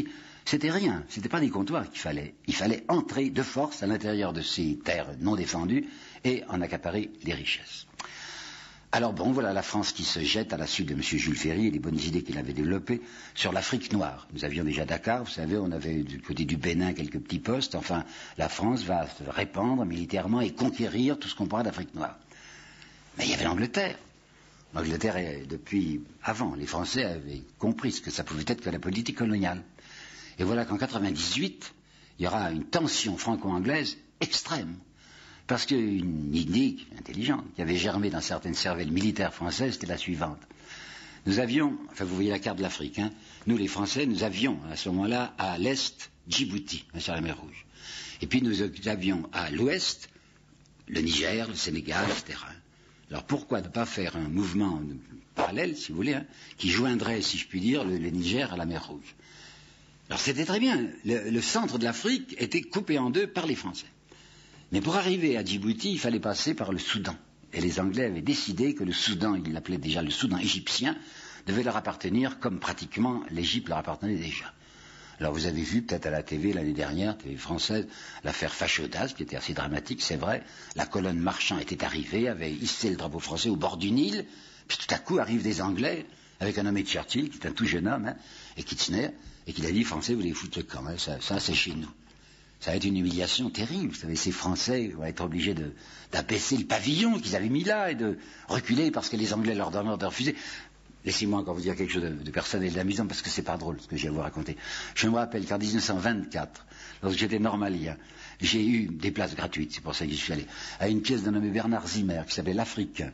C'était rien, c'était pas des comptoirs qu'il fallait. Il fallait entrer de force à l'intérieur de ces terres non défendues et en accaparer les richesses. Alors bon, voilà la France qui se jette à la suite de M. Jules Ferry et les bonnes idées qu'il avait développées sur l'Afrique noire. Nous avions déjà Dakar, vous savez, on avait du côté du Bénin quelques petits postes. Enfin, la France va se répandre militairement et conquérir tout ce qu'on pourra d'Afrique noire. Mais il y avait l'Angleterre. L'Angleterre, depuis avant, les Français avaient compris ce que ça pouvait être que la politique coloniale. Et voilà qu'en quatre-vingt-dix-huit, il y aura une tension franco-anglaise extrême. Parce qu'une idée intelligente qui avait germé dans certaines cervelles militaires françaises, c'était la suivante. Nous avions, enfin vous voyez la carte de l'Afrique, hein, nous les Français, nous avions à ce moment-là à l'est Djibouti, hein, sur la mer Rouge. Et puis nous avions à l'ouest le Niger, le Sénégal, et cetera. Alors pourquoi ne pas faire un mouvement parallèle, si vous voulez, hein, qui joindrait, si je puis dire, le, le Niger à la mer Rouge? Alors c'était très bien, le, le centre de l'Afrique était coupé en deux par les Français. Mais pour arriver à Djibouti, il fallait passer par le Soudan. Et les Anglais avaient décidé que le Soudan, ils l'appelaient déjà le Soudan égyptien, devait leur appartenir comme pratiquement l'Égypte leur appartenait déjà. Alors vous avez vu peut-être à la T V l'année dernière, T V française, l'affaire Fachodas, qui était assez dramatique, c'est vrai. La colonne Marchand était arrivée, avait hissé le drapeau français au bord du Nil, puis tout à coup arrivent des Anglais, avec un nommé Churchill, qui est un tout jeune homme, hein, et Kitchener, et qui a dit, Français, vous les foutre le camp, hein, ça, ça c'est chez nous. Ça va être une humiliation terrible. Vous savez, ces Français vont être obligés de, d'abaisser le pavillon qu'ils avaient mis là et de reculer parce que les Anglais leur donnent de refuser. Laissez-moi encore vous dire quelque chose de, de personnel et d'amusant parce que c'est pas drôle ce que j'ai à vous raconter. Je me rappelle qu'en dix-neuf cent vingt-quatre, lorsque j'étais normalien, j'ai eu des places gratuites, c'est pour ça que j'y suis allé, à une pièce d'un nommé Bernard Zimmer qui s'appelait L'Africain.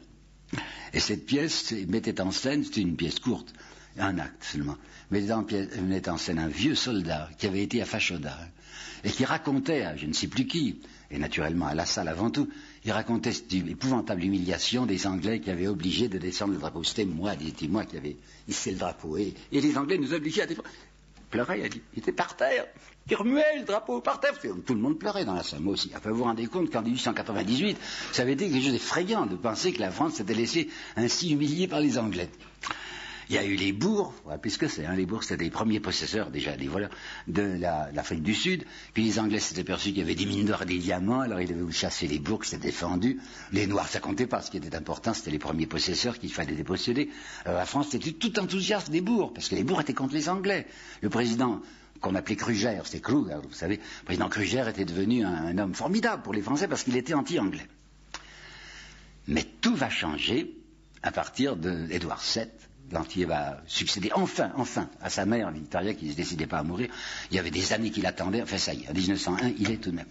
Et cette pièce mettait en scène, c'était une pièce courte, un acte seulement, mettait en, pièce, mettait en scène un vieux soldat qui avait été à Fachoda et qui racontait à je ne sais plus qui, et naturellement à la salle avant tout, il racontait cette épouvantable humiliation des Anglais qui avaient obligé de descendre le drapeau. C'était moi, c'était moi qui avais hissé le drapeau. Et, et les Anglais nous obligeaient à descendre. Il pleurait, il était par terre, il remuait le drapeau par terre. Tout le monde pleurait dans la salle, moi aussi. Enfin, vous vous rendez compte qu'en dix-huit cent quatre-vingt-dix-huit, ça avait été quelque chose d'effrayant de penser que la France s'était laissée ainsi humiliée par les Anglais. Il y a eu les bourgs, vous rappelez ce que c'est, hein, les bourgs c'était les premiers possesseurs déjà des voleurs de la, l'Afrique du Sud, puis les Anglais s'étaient perçus qu'il y avait des mines d'or et des diamants, alors ils avaient chasser les bourgs, c'était défendu, les Noirs ça comptait pas, ce qui était important c'était les premiers possesseurs qu'il fallait déposséder, alors la France était tout enthousiaste des bourgs, parce que les bourgs étaient contre les Anglais, le président qu'on appelait Kruger, c'était Kruger, vous savez, le président Kruger était devenu un, un homme formidable pour les Français parce qu'il était anti-anglais. Mais tout va changer à partir d'Édouard sept, l'Antillais va succéder enfin, enfin, à sa mère, Victoria, qui ne se décidait pas à mourir. Il y avait des années qu'il attendait. Enfin, ça y est, en dix-neuf cent un, il est tout de même.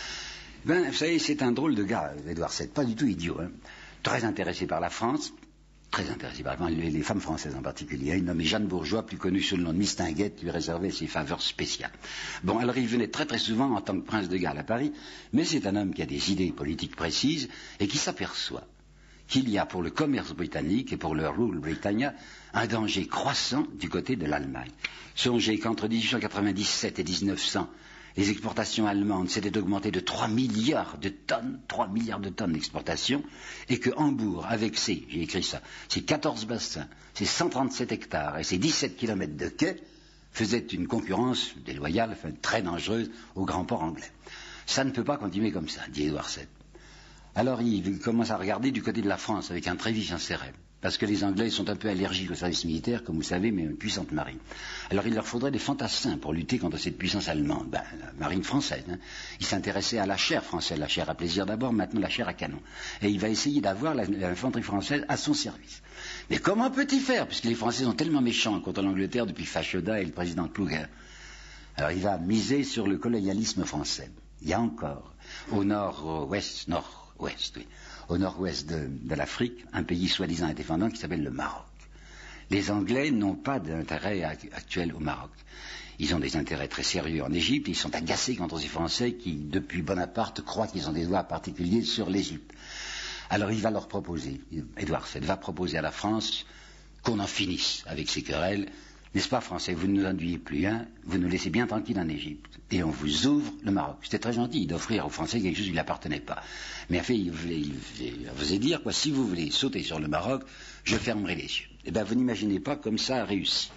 Ben, vous savez, c'est un drôle de gars, Édouard sept, pas du tout idiot. Hein. Très intéressé par la France, très intéressé par les, les femmes françaises en particulier. Il nommait Jeanne Bourgeois, plus connue sous le nom de Mistinguett, lui réservait ses faveurs spéciales. Bon, alors il venait très très souvent en tant que prince de Galles à Paris, mais c'est un homme qui a des idées politiques précises et qui s'aperçoit qu'il y a pour le commerce britannique et pour le rule Britannia un danger croissant du côté de l'Allemagne. Songez qu'entre dix-huit cent quatre-vingt-dix-sept et dix-neuf cents, les exportations allemandes s'étaient augmentées de trois milliards de tonnes, trois milliards de tonnes d'exportation, et que Hambourg, avec ses, j'ai écrit ça, ses quatorze bassins, ses cent trente-sept hectares et ses dix-sept kilomètres de quais, faisait une concurrence déloyale, enfin, très dangereuse aux grands ports anglais. Ça ne peut pas continuer comme ça, dit Édouard sept. Alors il commence à regarder du côté de la France avec un très vif intérêt, parce que les Anglais sont un peu allergiques au service militaire, comme vous savez, mais une puissante marine. Alors il leur faudrait des fantassins pour lutter contre cette puissance allemande. Ben, la marine française. Hein. Il s'intéressait à la chair française, la chair à plaisir d'abord, maintenant la chair à canon. Et il va essayer d'avoir l'infanterie française à son service. Mais comment peut-il faire, puisque les Français sont tellement méchants contre l'Angleterre depuis Fachoda et le président Kruger? Alors il va miser sur le colonialisme français. Il y a encore, au nord-ouest, nord ouest, oui, au nord-ouest de, de l'Afrique, un pays soi-disant indépendant qui s'appelle le Maroc. Les Anglais n'ont pas d'intérêt actuel au Maroc. Ils ont des intérêts très sérieux en Égypte, ils sont agacés contre ces Français qui, depuis Bonaparte, croient qu'ils ont des droits particuliers sur l'Égypte. Alors il va leur proposer, Édouard sept va proposer à la France qu'on en finisse avec ces querelles. N'est-ce pas, Français, vous ne nous ennuyez plus, hein, vous nous laissez bien tranquilles en Égypte, et on vous ouvre le Maroc. C'était très gentil d'offrir aux Français quelque chose qui ne lui appartenait pas. Mais en fait, il voulait, il faisait dire, quoi, si vous voulez sauter sur le Maroc, je fermerai les yeux. Eh bien, vous n'imaginez pas comme ça a réussi.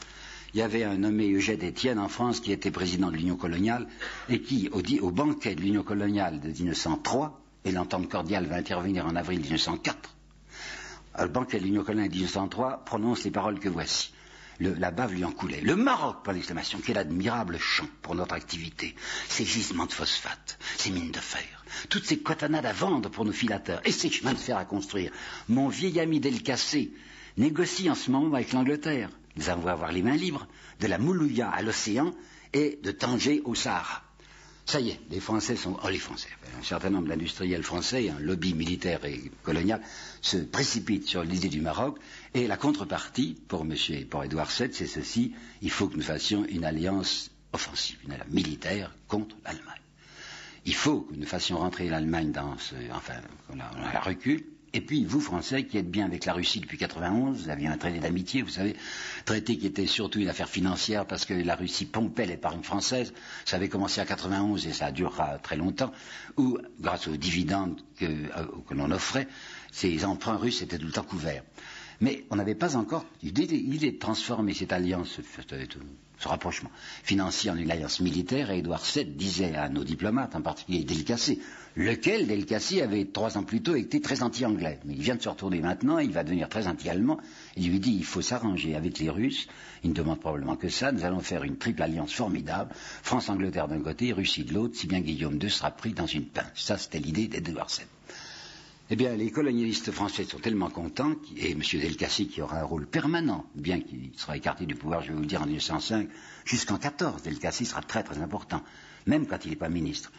il y avait un nommé Eugène Étienne en France qui était président de l'Union coloniale et qui, au, au banquet de l'Union coloniale de mille neuf cent trois, et l'entente cordiale va intervenir en avril mille neuf cent quatre, le banquet de l'Union coloniale de mille neuf cent trois prononce les paroles que voici. Le, la bave lui en coulait. Le Maroc, par l'exclamation, quel admirable champ pour notre activité. Ces gisements de phosphate, ces mines de fer, toutes ces cotonnades à vendre pour nos filateurs, et ces chemins de fer à construire. Mon vieil ami Delcassé négocie en ce moment avec l'Angleterre. Nous allons avoir les mains libres, de la Moulouya à l'océan et de Tanger au Sahara. Ça y est, les Français sont... Oh, les Français, un certain nombre d'industriels français, un lobby militaire et colonial, se précipitent sur l'idée du Maroc, et la contrepartie, pour monsieur et pour Édouard sept, c'est ceci, il faut que nous fassions une alliance offensive, une alliance militaire contre l'Allemagne. Il faut que nous fassions rentrer l'Allemagne dans ce... Enfin, on la, on la recule. Et puis, vous, Français, qui êtes bien avec la Russie depuis quatre-vingt-onze, vous aviez un traité d'amitié, vous savez, traité qui était surtout une affaire financière parce que la Russie pompait l'épargne française. Ça avait commencé à quatre-vingt-onze et ça durera très longtemps, où, grâce aux dividendes que, euh, que l'on offrait, ces emprunts russes étaient tout le temps couverts. Mais on n'avait pas encore l'idée de transformer cette alliance, ce, ce rapprochement financier en une alliance militaire, et Édouard sept disait à nos diplomates, en particulier Delcassé, lequel Delcassé avait trois ans plus tôt été très anti-anglais. Mais il vient de se retourner maintenant, il va devenir très anti-allemand, et il lui dit il faut s'arranger avec les Russes, il ne demande probablement que ça, nous allons faire une triple alliance formidable, France-Angleterre d'un côté, Russie de l'autre, si bien Guillaume deux sera pris dans une pince. Ça, c'était l'idée d'Édouard sept. Eh bien, les colonialistes français sont tellement contents, et M. Delcassé qui aura un rôle permanent, bien qu'il sera écarté du pouvoir, je vais vous le dire, en mille neuf cent cinq, jusqu'en quatorze, Delcassé sera très très important, même quand il n'est pas ministre.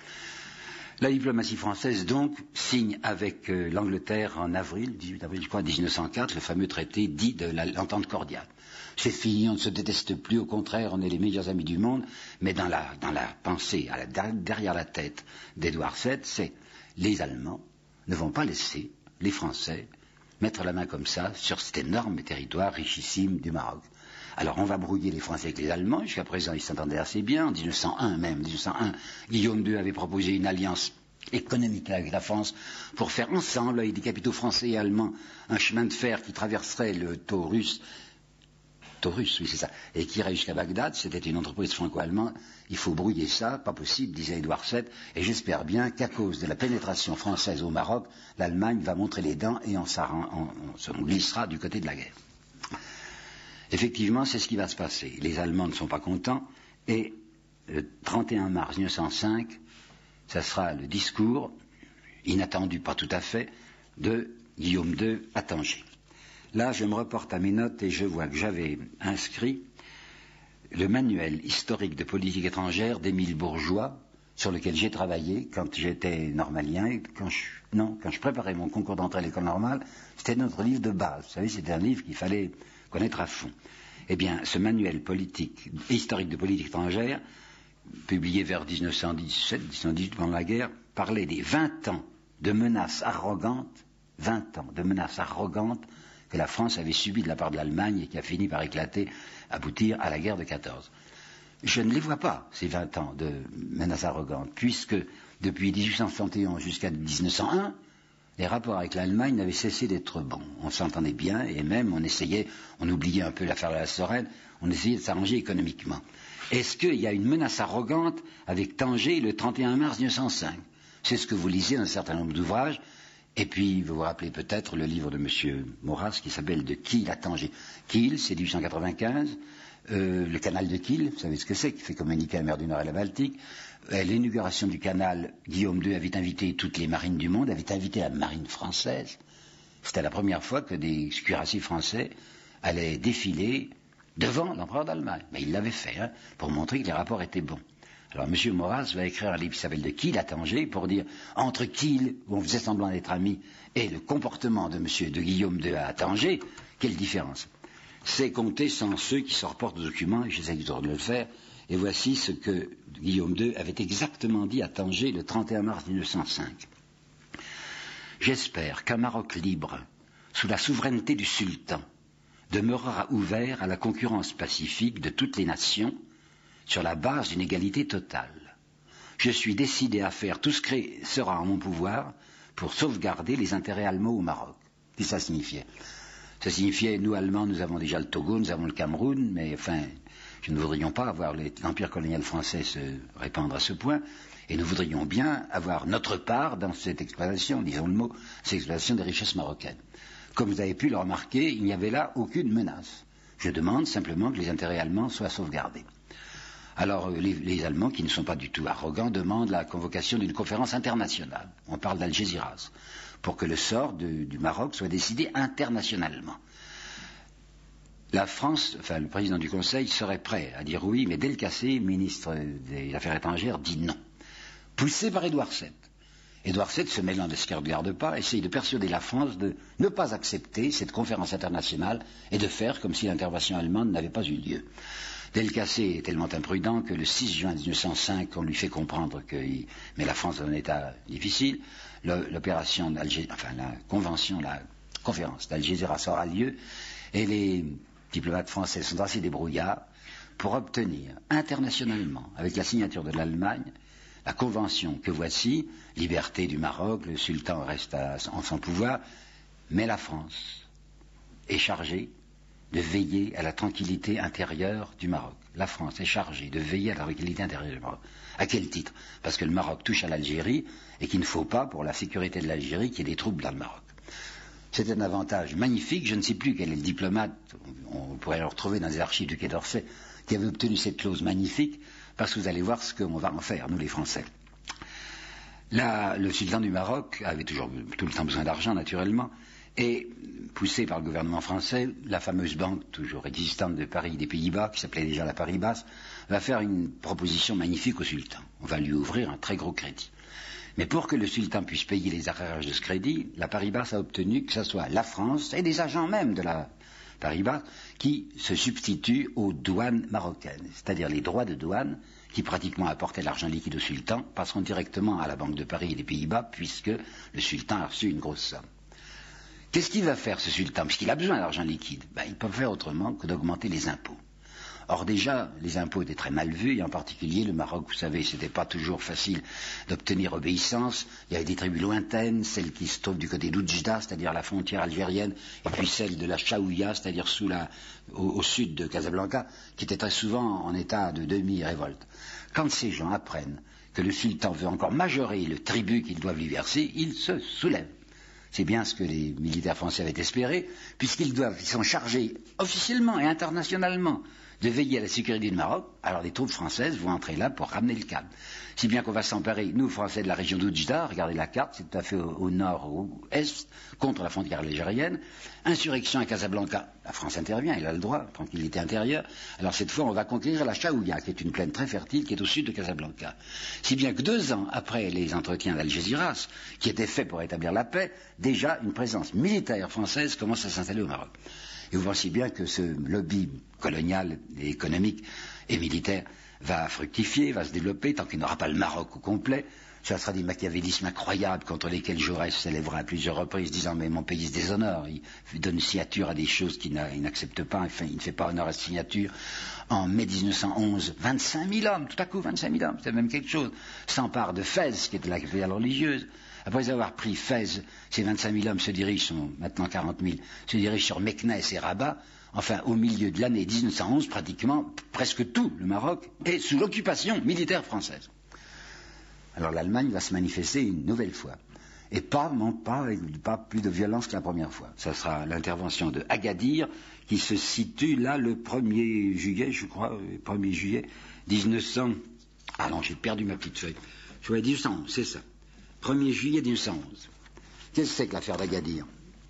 La diplomatie française, donc, signe avec euh, l'Angleterre en avril, dix-huit avril, je crois, mille neuf cent quatre, le fameux traité dit de l'entente cordiale. C'est fini, on ne se déteste plus, au contraire, on est les meilleurs amis du monde, mais dans la, dans la pensée, à la, derrière la tête d'Édouard sept, c'est les Allemands ne vont pas laisser les Français mettre la main comme ça sur cet énorme territoire richissime du Maroc. Alors on va brouiller les Français avec les Allemands, jusqu'à présent ils s'entendaient assez bien, en mille neuf cent un même, mille neuf cent un, Guillaume deux avait proposé une alliance économique avec la France pour faire ensemble, avec des capitaux français et allemands, un chemin de fer qui traverserait le Taurus, Taurus, oui c'est ça, et qui irait jusqu'à Bagdad. C'était une entreprise franco-allemande. Il faut brouiller ça, pas possible, disait Édouard sept, et j'espère bien qu'à cause de la pénétration française au Maroc, l'Allemagne va montrer les dents et on, on, on, on glissera du côté de la guerre. Effectivement, c'est ce qui va se passer. Les Allemands ne sont pas contents, et le trente et un mars mille neuf cent cinq, ça sera le discours, inattendu pas tout à fait, de Guillaume deux à Tanger. Là, je me reporte à mes notes et je vois que j'avais inscrit le manuel historique de politique étrangère d'Émile Bourgeois, sur lequel j'ai travaillé quand j'étais normalien, et quand je, non, quand je préparais mon concours d'entrée à l'école normale, c'était notre livre de base. Vous savez, c'était un livre qu'il fallait connaître à fond. Eh bien, ce manuel politique, historique de politique étrangère, publié vers mille neuf cent dix-sept, mille neuf cent dix-huit, pendant la guerre, parlait des vingt ans de menaces arrogantes, vingt ans de menaces arrogantes que la France avait subies de la part de l'Allemagne et qui a fini par éclater, aboutir à la guerre de quatorze. Je ne les vois pas, ces vingt ans de menaces arrogantes, puisque depuis mille huit cent soixante et onze jusqu'à mille neuf cent un, les rapports avec l'Allemagne n'avaient cessé d'être bons. On s'entendait bien et même on essayait, on oubliait un peu l'affaire de la Sorène, on essayait de s'arranger économiquement. Est-ce qu'il y a une menace arrogante avec Tanger le trente et un mars mille neuf cent cinq? C'est ce que vous lisez dans un certain nombre d'ouvrages. Et puis, vous vous rappelez peut-être le livre de M. Maurras qui s'appelle « De Kiel à Tanger ». Kiel, c'est mille huit cent quatre-vingt-quinze. Euh, le canal de Kiel, vous savez ce que c'est, qui fait communiquer la mer du Nord et la Baltique. À l'inauguration du canal, Guillaume deux avait invité toutes les marines du monde, avait invité la marine française. C'était la première fois que des cuirassiers français allaient défiler devant l'empereur d'Allemagne. Mais il l'avait fait, hein, pour montrer que les rapports étaient bons. Alors M. Maurras va écrire un livre qui s'appelle « De Kiel à Tanger » pour dire, entre Kiel, où on faisait semblant d'être amis, et le comportement de M. de Guillaume deux à Tanger, quelle différence? C'est compter sans ceux qui se reportent aux documents, et j'essaie toujours de le faire, et voici ce que Guillaume deux avait exactement dit à Tanger le trente et un mars mille neuf cent cinq. « J'espère qu'un Maroc libre, sous la souveraineté du sultan, demeurera ouvert à la concurrence pacifique de toutes les nations, sur la base d'une égalité totale. Je suis décidé à faire tout ce qui sera en mon pouvoir pour sauvegarder les intérêts allemands au Maroc. » Qu'est-ce que ça signifiait? Ça signifiait, nous Allemands, nous avons déjà le Togo, nous avons le Cameroun, mais enfin, nous ne voudrions pas avoir l'empire colonial français se répandre à ce point, et nous voudrions bien avoir notre part dans cette exploitation, disons le mot, cette exploitation des richesses marocaines. Comme vous avez pu le remarquer, il n'y avait là aucune menace. Je demande simplement que les intérêts allemands soient sauvegardés. Alors les, les Allemands, qui ne sont pas du tout arrogants, demandent la convocation d'une conférence internationale. On parle d'Algésiras, pour que le sort de, du Maroc soit décidé internationalement. La France, enfin le président du Conseil, serait prêt à dire oui, mais Delcassé, ministre des Affaires étrangères, dit non. Poussé par Édouard sept. Édouard sept, se mêlant de ce qui ne regarde pas, essaye de persuader la France de ne pas accepter cette conférence internationale et de faire comme si l'intervention allemande n'avait pas eu lieu. Delcassé est tellement imprudent que le six juin mille neuf cent cinq, on lui fait comprendre que, il, mais la France est dans un état difficile, l'opération d'Alger, enfin la convention, la conférence d'Algésiras aura lieu, et les diplomates français sont assez débrouillards pour obtenir internationalement, avec la signature de l'Allemagne, la convention que voici, liberté du Maroc, le sultan reste à, en son pouvoir, mais la France est chargée de veiller à la tranquillité intérieure du Maroc. La France est chargée de veiller à la tranquillité intérieure du Maroc. À quel titre? Parce que le Maroc touche à l'Algérie et qu'il ne faut pas, pour la sécurité de l'Algérie, qu'il y ait des troubles dans le Maroc. C'est un avantage magnifique. Je ne sais plus quel est le diplomate, on pourrait le retrouver dans les archives du Quai d'Orsay, qui avait obtenu cette clause magnifique, parce que vous allez voir ce qu'on va en faire, nous les Français. Là, le sultan du Maroc avait toujours tout le temps besoin d'argent, naturellement, et poussé par le gouvernement français, la fameuse banque toujours existante de Paris des Pays-Bas, qui s'appelait déjà la Paris-Basse, va faire une proposition magnifique au sultan. On va lui ouvrir un très gros crédit. Mais pour que le sultan puisse payer les arrérages de ce crédit, la Paris-Basse a obtenu que ce soit la France et des agents même de la Paris-Basse qui se substituent aux douanes marocaines, c'est-à-dire les droits de douane qui pratiquement apportaient l'argent liquide au sultan passeront directement à la Banque de Paris et des Pays-Bas puisque le sultan a reçu une grosse somme. Qu'est-ce qu'il va faire ce sultan? Puisqu'il a besoin d'argent liquide, ben, il peut faire autrement que d'augmenter les impôts. Or déjà, les impôts étaient très mal vus, et en particulier le Maroc, vous savez, c'était pas toujours facile d'obtenir obéissance. Il y avait des tribus lointaines, celles qui se trouvent du côté d'Oujda, c'est-à-dire la frontière algérienne, et puis celle de la Chaouia, c'est-à-dire sous la, au, au sud de Casablanca, qui était très souvent en état de demi-révolte. Quand ces gens apprennent que le sultan veut encore majorer le tribut qu'ils doivent lui verser, ils se soulèvent. C'est bien ce que les militaires français avaient espéré, puisqu'ils doivent, ils sont chargés officiellement et internationalement de veiller à la sécurité du Maroc. Alors les troupes françaises vont entrer là pour ramener le calme. Si bien qu'on va s'emparer, nous Français, de la région d'Oujda, regardez la carte, c'est tout à fait au, au nord-est, contre la frontière algérienne. Insurrection à Casablanca, la France intervient, elle a le droit, tranquillité intérieure. Alors cette fois, on va conquérir la Chaouia, qui est une plaine très fertile, qui est au sud de Casablanca. Si bien que deux ans après les entretiens d'Algésiras, qui étaient faits pour établir la paix, déjà une présence militaire française commence à s'installer au Maroc. Et vous voyez bien que ce lobby colonial et économique et militaire va fructifier, va se développer, tant qu'il n'aura pas le Maroc au complet. Ça sera des machiavélismes incroyables contre lesquels Jaurès s'élèvera à plusieurs reprises, disant mais mon pays se déshonore, il donne signature à des choses qu'il n'accepte pas, enfin, il ne fait pas honneur à cette signature. En mai mille neuf cent onze, vingt-cinq mille hommes, tout à coup vingt-cinq mille hommes, c'est même quelque chose, s'emparent de Fès, qui était la capitale religieuse. Après avoir pris Fès, ces vingt-cinq mille hommes se dirigent, sont maintenant quarante mille, se dirigent sur Meknès et Rabat. Enfin, au milieu de l'année mille neuf cent onze, pratiquement, presque tout le Maroc est sous l'occupation militaire française. Alors l'Allemagne va se manifester une nouvelle fois. Et pas, non, pas, pas plus de violence que la première fois. Ça sera l'intervention de Agadir, qui se situe là le premier juillet, je crois, le premier juillet mille neuf cents... Ah non, j'ai perdu ma petite feuille. Je voulais mille neuf cent onze, c'est ça. premier juillet mille neuf cent onze. Qu'est-ce que c'est que l'affaire d'Agadir?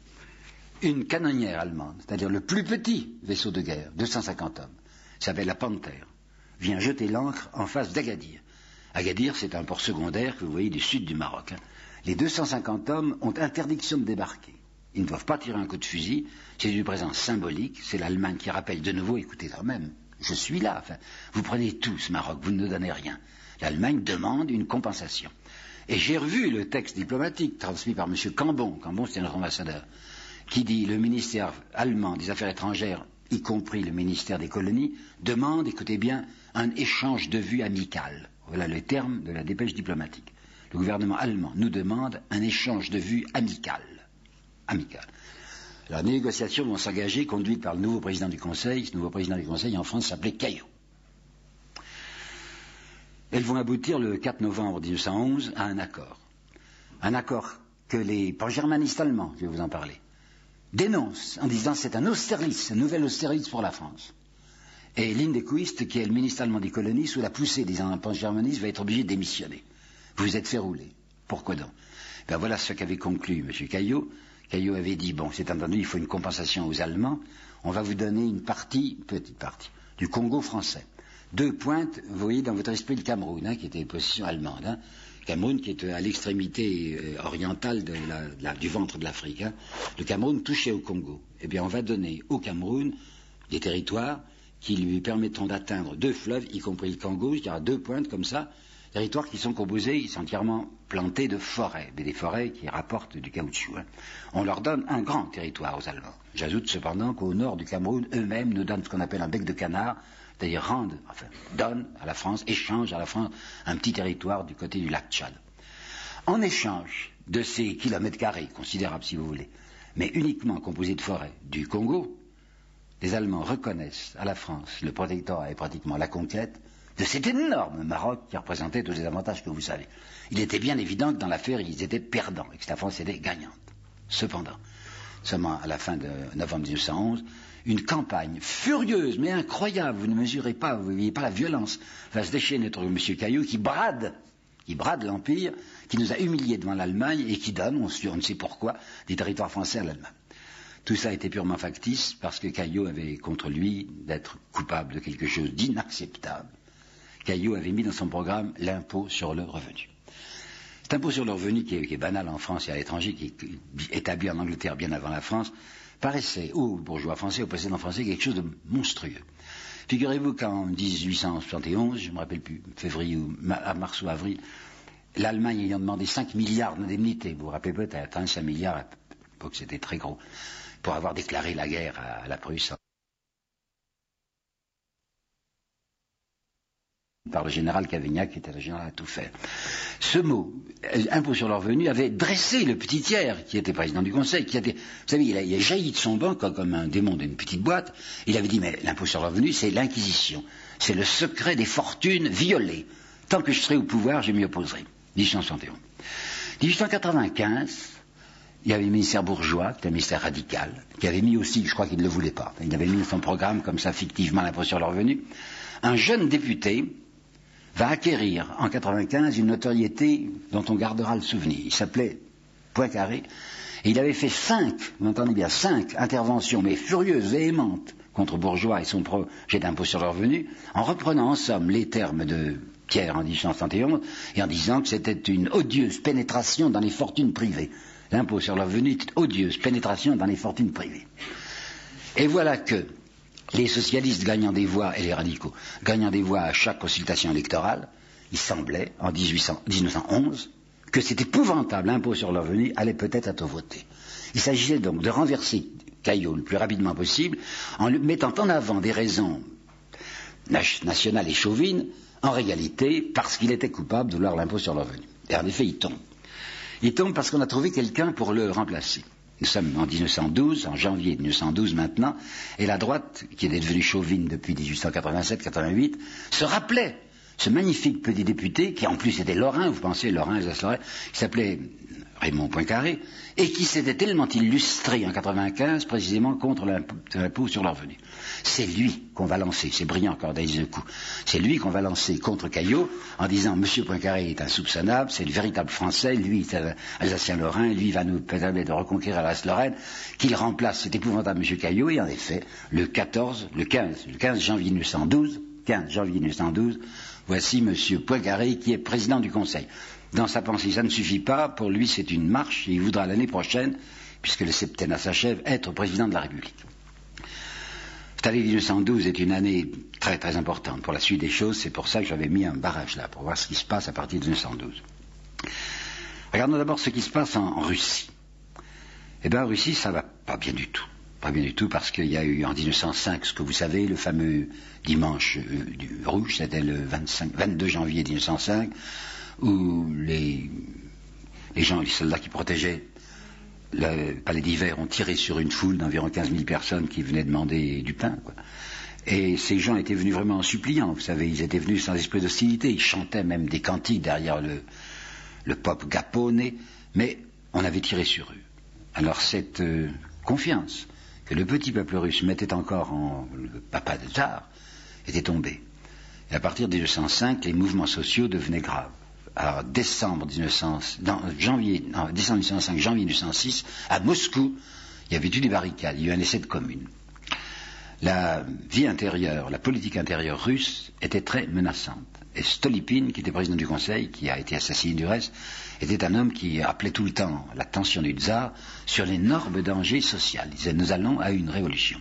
Une canonnière allemande, c'est-à-dire le plus petit vaisseau de guerre, deux cent cinquante hommes, s'appelle la Panther, vient jeter l'ancre en face d'Agadir. Agadir, c'est un port secondaire que vous voyez du sud du Maroc. Hein. Les deux cent cinquante hommes ont interdiction de débarquer. Ils ne doivent pas tirer un coup de fusil, c'est une présence symbolique, c'est l'Allemagne qui rappelle de nouveau, écoutez quand même, je suis là, enfin, vous prenez tout ce Maroc, vous ne nous donnez rien. L'Allemagne demande une compensation. Et j'ai revu le texte diplomatique transmis par M. Cambon, Cambon c'était notre ambassadeur, qui dit le ministère allemand des Affaires étrangères, y compris le ministère des colonies, demande, écoutez bien, un échange de vues amical. Voilà le terme de la dépêche diplomatique. Le gouvernement allemand nous demande un échange de vues amical. Amical. Alors les négociations vont s'engager, conduites par le nouveau président du Conseil. Ce nouveau président du Conseil en France s'appelait Caillot. elles vont aboutir le quatre novembre mille neuf cent onze à un accord. Un accord que les pan-germanistes allemands, je vais vous en parler, dénoncent en disant c'est un Austerlitz, un nouvel Austerlitz pour la France. Et Lindequist, qui est le ministre allemand des colonies, sous la poussée des pan-germanistes, va être obligé de démissionner. Vous vous êtes fait rouler. Pourquoi donc? Ben voilà ce qu'avait conclu M. Caillot. Caillot avait dit, bon, c'est entendu, il faut une compensation aux Allemands, on va vous donner une partie, une petite partie, du Congo français. Deux pointes, vous voyez dans votre esprit le Cameroun, hein, qui était possession allemande. Hein. Le Cameroun qui est à l'extrémité euh, orientale de la, de la, du ventre de l'Afrique. Hein. Le Cameroun touché au Congo. Eh bien, on va donner au Cameroun des territoires qui lui permettront d'atteindre deux fleuves, y compris le Congo, il y aura deux pointes comme ça, territoires qui sont composés, ils sont entièrement plantés de forêts, mais des forêts qui rapportent du caoutchouc. Hein. On leur donne un grand territoire aux Allemands. J'ajoute cependant qu'au nord du Cameroun, eux-mêmes nous donnent ce qu'on appelle un bec de canard, c'est-à-dire rendent, enfin, donnent à la France, échangent à la France un petit territoire du côté du lac Tchad. En échange de ces kilomètres carrés, considérables si vous voulez, mais uniquement composés de forêts du Congo, les Allemands reconnaissent à la France le protectorat et pratiquement la conquête de cet énorme Maroc qui représentait tous les avantages que vous savez. Il était bien évident que dans l'affaire, ils étaient perdants et que la France était gagnante. Cependant, seulement à la fin de novembre mille neuf cent onze, une campagne furieuse, mais incroyable, vous ne mesurez pas, vous ne voyez pas la violence, va se déchaîner notre M. Caillot qui brade, qui brade l'Empire, qui nous a humiliés devant l'Allemagne et qui donne, on ne sait pourquoi, des territoires français à l'Allemagne. Tout ça était purement factice parce que Caillot avait contre lui d'être coupable de quelque chose d'inacceptable. Caillot avait mis dans son programme l'impôt sur le revenu. Cet impôt sur le revenu qui est, qui est banal en France et à l'étranger, qui est établi en Angleterre bien avant la France, paraissait aux bourgeois français, aux présidents français, quelque chose de monstrueux. Figurez-vous qu'en dix-huit cent soixante et onze, je ne me rappelle plus, février ou mars ou avril, l'Allemagne ayant demandé cinq milliards d'indemnités, vous vous rappelez peut-être, hein, cinq milliards, à l'époque c'était très gros, pour avoir déclaré la guerre à, à la Prusse par le général Cavaignac, qui était le général à tout faire. Ce mot, impôt sur le revenu, avait dressé le petit tiers, qui était président du Conseil, qui était, vous savez, il a, il a jailli de son banc comme, comme un démon d'une petite boîte. Il avait dit, mais l'impôt sur le revenu, c'est l'Inquisition. C'est le secret des fortunes violées. Tant que je serai au pouvoir, je m'y opposerai. dix-huit cent soixante et onze. dix-huit cent quatre-vingt-quinze, il y avait le ministère bourgeois, qui était un ministère radical, qui avait mis aussi, je crois qu'il ne le voulait pas, il avait mis dans son programme, comme ça, fictivement, l'impôt sur le revenu. Un jeune député va acquérir en quatre-vingt-quinze une notoriété dont on gardera le souvenir. Il s'appelait Poincaré, et il avait fait cinq, vous entendez bien, cinq interventions, mais furieuses, véhémentes, contre Bourgeois et son projet d'impôt sur le revenu, en reprenant en somme les termes de Thiers en dix-huit cent soixante et onze, et en disant que c'était une odieuse pénétration dans les fortunes privées. L'impôt sur le revenu était odieuse pénétration dans les fortunes privées. Et voilà que les socialistes gagnant des voix, et les radicaux, gagnant des voix à chaque consultation électorale, il semblait, en dix-huit cents, dix-neuf cent onze, que cet épouvantable impôt sur le revenu allait peut-être être voté. Il s'agissait donc de renverser Caillot le plus rapidement possible, en lui mettant en avant des raisons nationales et chauvines, en réalité, parce qu'il était coupable de vouloir l'impôt sur le revenu. Et en effet, il tombe. Il tombe parce qu'on a trouvé quelqu'un pour le remplacer. Nous sommes en dix-neuf cent douze, en janvier dix-neuf cent douze maintenant, et la droite, qui était devenue chauvine depuis dix-huit cent quatre-vingt-sept quatre-vingt-huit, se rappelait ce magnifique petit député, qui en plus était lorrain, vous pensez, lorrain, Alsace-Lorraine, qui s'appelait Raymond Poincaré, et qui s'était tellement illustré en quatre-vingt-quinze, précisément contre l'impôt sur le revenu. C'est lui qu'on va lancer, c'est brillant Corday de coup, c'est lui qu'on va lancer contre Caillot, en disant, Monsieur Poincaré est insoupçonnable, c'est le véritable Français, lui, c'est Alsacien-Lorrain, lui va nous permettre de reconquérir Alsace-Lorraine, qu'il remplace cet épouvantable Monsieur Caillot, et en effet, le quatorze, le quinze, le quinze janvier mille neuf cent douze, quinze janvier mille neuf cent douze, voici Monsieur Poincaré qui est président du Conseil. Dans sa pensée, ça ne suffit pas, pour lui c'est une marche, et il voudra l'année prochaine, puisque le septennat s'achève, être président de la République. Cette année mille neuf cent douze est une année très très importante pour la suite des choses, c'est pour ça que j'avais mis un barrage là, pour voir ce qui se passe à partir de mille neuf cent douze. Regardons d'abord ce qui se passe en, en Russie. Eh bien en Russie ça va pas bien du tout. Pas bien du tout parce qu'il y a eu en dix-neuf cent cinq, ce que vous savez, le fameux dimanche euh, du rouge, c'était le vingt-cinq, vingt-deux janvier mille neuf cent cinq, où les, les gens, les soldats qui protégeaient le palais d'hiver ont tiré sur une foule d'environ quinze mille personnes qui venaient demander du pain, quoi. Et ces gens étaient venus vraiment en suppliant, vous savez, ils étaient venus sans esprit d'hostilité, ils chantaient même des cantiques derrière le, le pop Gapone, mais on avait tiré sur eux. Alors cette euh, confiance que le petit peuple russe mettait encore en le papa de tsar était tombée. Et à partir de mille neuf cent cinq, les mouvements sociaux devenaient graves. Alors décembre mille neuf cents, dans, janvier, non, décembre mille neuf cent cinq, janvier mille neuf cent six, à Moscou, il y avait eu des barricades, il y a eu un essai de commune. La vie intérieure, la politique intérieure russe était très menaçante. Et Stolypine, qui était président du Conseil, qui a été assassiné du reste, était un homme qui appelait tout le temps l'attention du tsar sur l'énorme danger social. Il disait, nous allons à une révolution.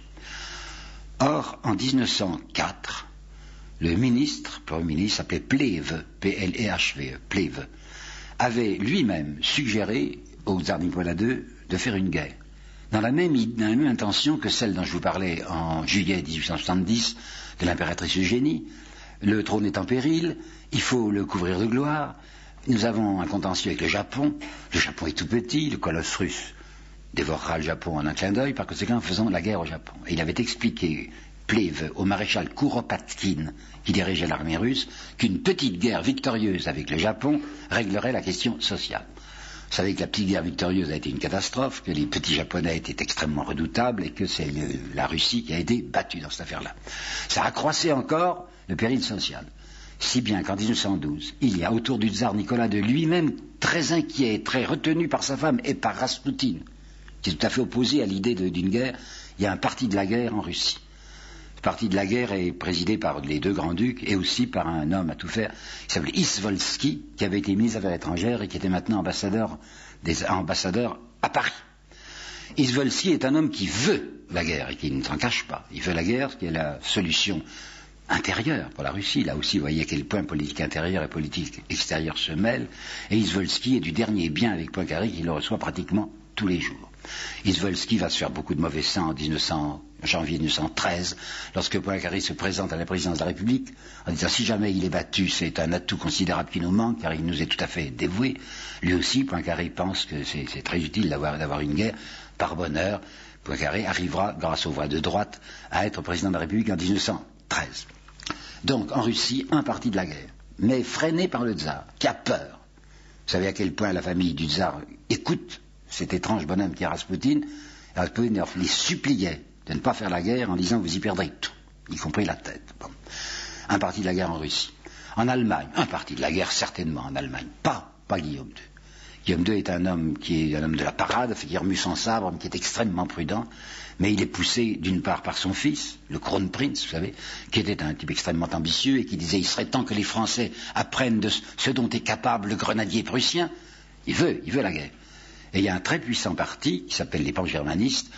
Or, en mille neuf cent quatre, le ministre, le premier ministre, s'appelait Plehve, P L E H V E, Plehve, avait lui-même suggéré au tsar Nicolas deux de faire une guerre. Dans la, même, dans la même intention que celle dont je vous parlais en juillet mille huit cent soixante-dix de l'impératrice Eugénie, le trône est en péril, il faut le couvrir de gloire, nous avons un contentieux avec le Japon, le Japon est tout petit, le colosse russe dévorera le Japon en un clin d'œil, par conséquent faisons la guerre au Japon. Et il avait expliqué, Plehve, au maréchal Kuropatkin, qui dirigeait l'armée russe, qu'une petite guerre victorieuse avec le Japon réglerait la question sociale. Vous savez que la petite guerre victorieuse a été une catastrophe, que les petits Japonais étaient extrêmement redoutables et que c'est le, la Russie qui a été battue dans cette affaire-là. Ça accroissait encore le péril social. Si bien qu'en mille neuf cent douze, il y a autour du tsar Nicolas deux lui-même très inquiet, très retenu par sa femme et par Raspoutine, qui est tout à fait opposé à l'idée d'une guerre, il y a un parti de la guerre en Russie. Ce parti de la guerre est présidé par les deux grands-ducs et aussi par un homme à tout faire qui s'appelait Izvolsky, qui avait été ministre des Affaires étrangères et qui était maintenant ambassadeur, des, ambassadeur à Paris. Izvolsky est un homme qui veut la guerre et qui ne s'en cache pas. Il veut la guerre, ce qui est la solution intérieure pour la Russie. Là aussi, vous voyez à quel point politique intérieure et politique extérieure se mêlent. Et Izvolsky est du dernier bien avec Poincaré qui le reçoit pratiquement tous les jours. Izvolsky va se faire beaucoup de mauvais sang en mille neuf cents, janvier mille neuf cent treize, lorsque Poincaré se présente à la présidence de la République, en disant si jamais il est battu, c'est un atout considérable qui nous manque, car il nous est tout à fait dévoué. Lui aussi, Poincaré pense que c'est très utile d'avoir d'avoir une guerre. Par bonheur, Poincaré arrivera, grâce aux voix de droite, à être président de la République en mille neuf cent treize. Donc, en Russie, un parti de la guerre, mais freiné par le tsar, qui a peur. Vous savez à quel point la famille du tsar écoute cet étrange bonhomme qui est Raspoutine. Raspoutine les suppliait de ne pas faire la guerre en disant vous y perdrez tout, y compris la tête. Bon. Un parti de la guerre en Russie. En Allemagne, un parti de la guerre certainement en Allemagne. Pas, pas Guillaume deux. Guillaume deux est un homme qui est un homme de la parade, qui remue son sabre, mais qui est extrêmement prudent. Mais il est poussé d'une part par son fils, le Kronprinz, vous savez, qui était un type extrêmement ambitieux et qui disait il serait temps que les Français apprennent de ce dont est capable le grenadier prussien. Il veut, il veut la guerre. Et il y a un très puissant parti qui s'appelle les pangermanistes,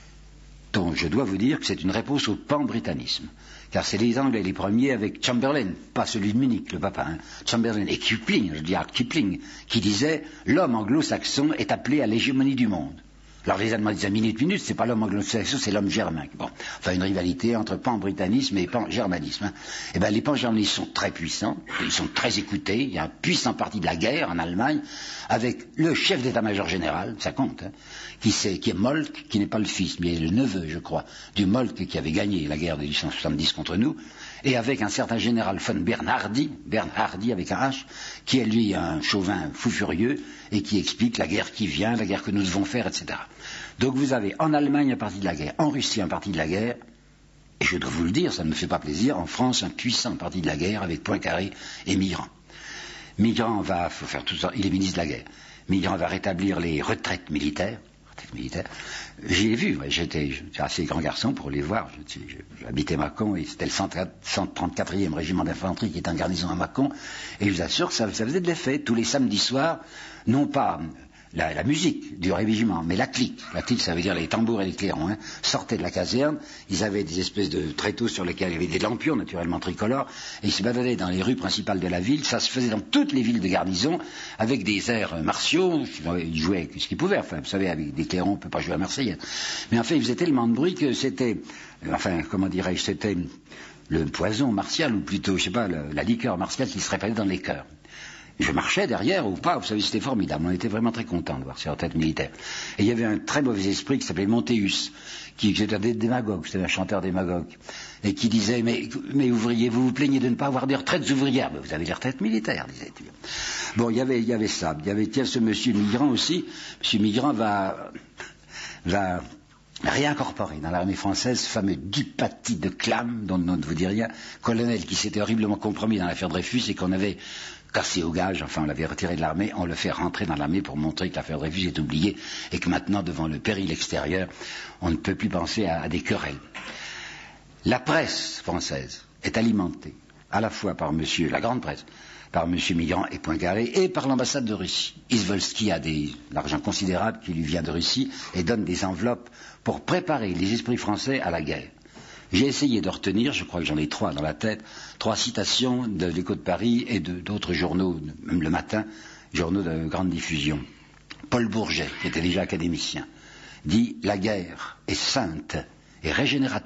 dont je dois vous dire que c'est une réponse au pan-britannisme. Car c'est les Anglais les premiers avec Chamberlain, pas celui de Munich, le papa, hein, Chamberlain et Kipling, je dis à Kipling, qui disait l'homme anglo-saxon est appelé à l'hégémonie du monde. Alors les Allemands disaient minute, minute, c'est pas l'homme anglo-saxon, c'est l'homme germain. Bon, enfin une rivalité entre pan-britannisme et pan-germanisme. Hein. Et ben les pan-germanistes sont très puissants, ils sont très écoutés, il y a un puissant parti de la guerre en Allemagne, avec le chef d'état-major général, ça compte, hein, qui, est, qui est Moltke, qui n'est pas le fils, mais le neveu, je crois, du Moltke qui avait gagné la guerre de mille huit cent soixante-dix contre nous, et avec un certain général von Bernhardi, Bernhardi avec un H, qui est lui un chauvin fou furieux, et qui explique la guerre qui vient, la guerre que nous devons faire, et cetera. Donc vous avez en Allemagne un parti de la guerre, en Russie un parti de la guerre, et je dois vous le dire, ça ne me fait pas plaisir, en France un puissant parti de la guerre avec Poincaré et Mitterrand. Mitterrand va, faut faire tout ça, il est ministre de la guerre. Mitterrand va rétablir les retraites militaires. Retraites militaires. J'y ai vu, ouais, j'étais assez grand garçon pour les voir. J'habitais Mâcon et c'était le cent trente-quatrième régiment d'infanterie qui est en garnison à Mâcon. Et je vous assure que ça, ça faisait de l'effet. Tous les samedis soirs, non pas La, la musique du régiment, mais la clique, la clique ça veut dire les tambours et les clairons, hein, sortaient de la caserne, ils avaient des espèces de tréteaux sur lesquels il y avait des lampions naturellement tricolores, et ils se baladaient dans les rues principales de la ville, ça se faisait dans toutes les villes de garnison, avec des airs martiaux, ils jouaient ce qu'ils pouvaient, enfin vous savez, avec des clairons on ne peut pas jouer à Marseillaise, mais enfin ils faisaient tellement de bruit que c'était, enfin comment dirais-je, c'était le poison martial, ou plutôt, je sais pas, le, la liqueur martiale qui se répandait dans les cœurs. Je marchais derrière ou pas, vous savez, c'était formidable. On était vraiment très contents de voir ces retraites militaires. Et il y avait un très mauvais esprit qui s'appelait Montéus, qui était un démagogue, c'était un chanteur démagogue, et qui disait, mais, mais ouvriers, vous vous plaignez de ne pas avoir des retraites ouvrières. Mais vous avez des retraites militaires, disait-il. Bon, il y avait, il y avait ça. Il y avait, tiens, ce monsieur Migrant aussi. Monsieur Migrant va, va réincorporer dans l'armée française ce fameux Dupaty de Clam, dont le nom ne vous dit rien, colonel qui s'était horriblement compromis dans l'affaire Dreyfus et qu'on avait cassé au gage, enfin on l'avait retiré de l'armée, on le fait rentrer dans l'armée pour montrer que l'affaire Dreyfus est oubliée et que maintenant, devant le péril extérieur, on ne peut plus penser à, à des querelles. La presse française est alimentée à la fois par monsieur, la grande presse, par monsieur Migrant et Poincaré, et par l'ambassade de Russie. Izvolsky a de l'argent considérable qui lui vient de Russie et donne des enveloppes pour préparer les esprits français à la guerre. J'ai essayé de retenir, je crois que j'en ai trois dans la tête, trois citations de l'Écho de Paris et de, d'autres journaux, même le matin, journaux de grande diffusion. Paul Bourget, qui était déjà académicien, dit « La guerre est sainte et régénératrice ».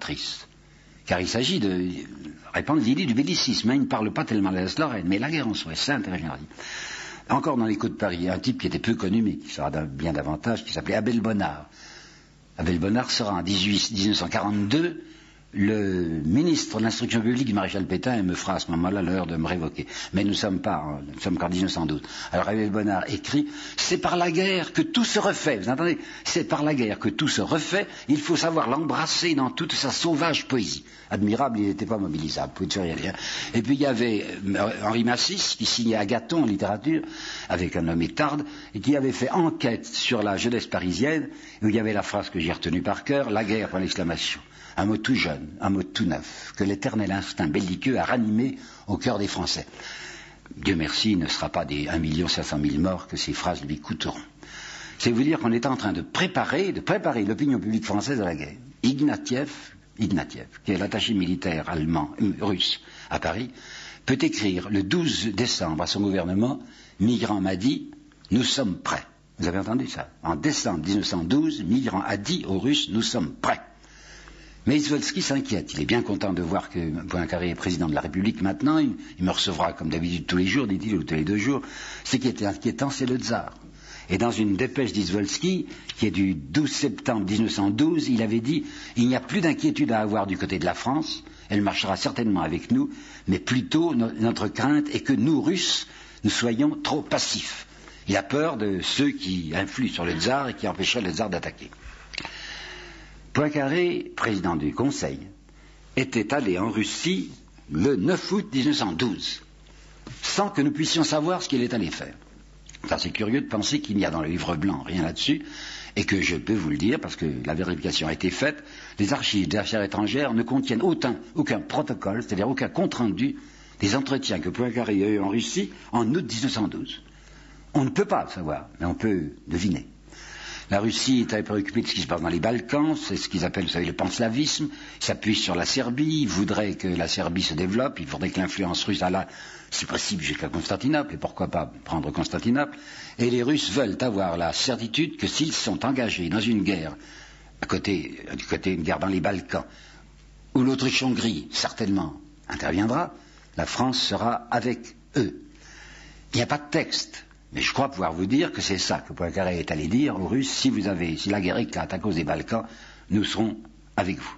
Car il s'agit de répandre l'idée du bellicisme. Hein. Il ne parle pas tellement de l'Est-Lorraine, mais la guerre en soi est sainte et régénératrice. Encore dans l'Écho de Paris, un type qui était peu connu, mais qui sera bien davantage, qui s'appelait Abel Bonnard. Abel Bonnard sera en dix-neuf cent quarante-deux le ministre de l'instruction publique du maréchal Pétain et me fera à ce moment-là l'heure de me révoquer. Mais nous ne sommes pas, en, nous sommes qu'en dix-neuf cent douze. Alors Abel Bonnard écrit « C'est par la guerre que tout se refait ». Vous entendez ? C'est par la guerre que tout se refait. Il faut savoir l'embrasser dans toute sa sauvage poésie. Admirable, il n'était pas mobilisable, vous pouvez rien dire. Et puis il y avait Henri Massis qui signait Agathon en littérature avec un nommé Tarde et qui avait fait enquête sur la jeunesse parisienne où il y avait la phrase que j'ai retenue par cœur, la guerre pour l'exclamation. Un mot tout jeune, un mot tout neuf, que l'éternel instinct belliqueux a ranimé au cœur des Français. Dieu merci, il ne sera pas des un million cinq cent mille morts que ces phrases lui coûteront. C'est vous dire qu'on est en train de préparer, de préparer l'opinion publique française à la guerre. Ignatieff, Ignatieff, qui est l'attaché militaire allemand, euh, russe à Paris, peut écrire le douze décembre à son gouvernement, Migrant m'a dit, nous sommes prêts. Vous avez entendu ça? En décembre dix-neuf cent douze, Migrant a dit aux Russes, nous sommes prêts. Mais Izvolsky s'inquiète. Il est bien content de voir que Poincaré est président de la République maintenant. Il, il me recevra comme d'habitude tous les jours, dit-il, ou tous les deux jours. Ce qui était inquiétant, c'est le tsar. Et dans une dépêche d'Izvolsky, qui est du douze septembre dix-neuf cent douze, il avait dit « Il n'y a plus d'inquiétude à avoir du côté de la France. Elle marchera certainement avec nous. Mais plutôt, no- notre crainte est que nous, Russes, nous soyons trop passifs. » Il a peur de ceux qui influent sur le tsar et qui empêcheraient le tsar d'attaquer. Poincaré, président du Conseil, était allé en Russie le neuf août dix-neuf cent douze, sans que nous puissions savoir ce qu'il est allé faire. Ça, c'est curieux de penser qu'il n'y a dans le livre blanc rien là-dessus, et que je peux vous le dire, parce que la vérification a été faite, les archives des affaires étrangères ne contiennent aucun, aucun protocole, c'est-à-dire aucun compte-rendu des entretiens que Poincaré a eu en Russie en août dix-neuf cent douze. On ne peut pas le savoir, mais on peut deviner. La Russie est très préoccupée de ce qui se passe dans les Balkans, c'est ce qu'ils appellent, vous savez, le panslavisme. Ils s'appuient sur la Serbie, ils voudraient que la Serbie se développe, ils voudraient que l'influence russe allât, si possible, jusqu'à Constantinople, et pourquoi pas prendre Constantinople. Et les Russes veulent avoir la certitude que s'ils sont engagés dans une guerre, à côté, du côté d'une guerre dans les Balkans, où l'Autriche-Hongrie, certainement, interviendra, la France sera avec eux. Il n'y a pas de texte. Mais je crois pouvoir vous dire que c'est ça que Poincaré est allé dire aux Russes, si vous avez, si la guerre éclate à cause des Balkans, nous serons avec vous.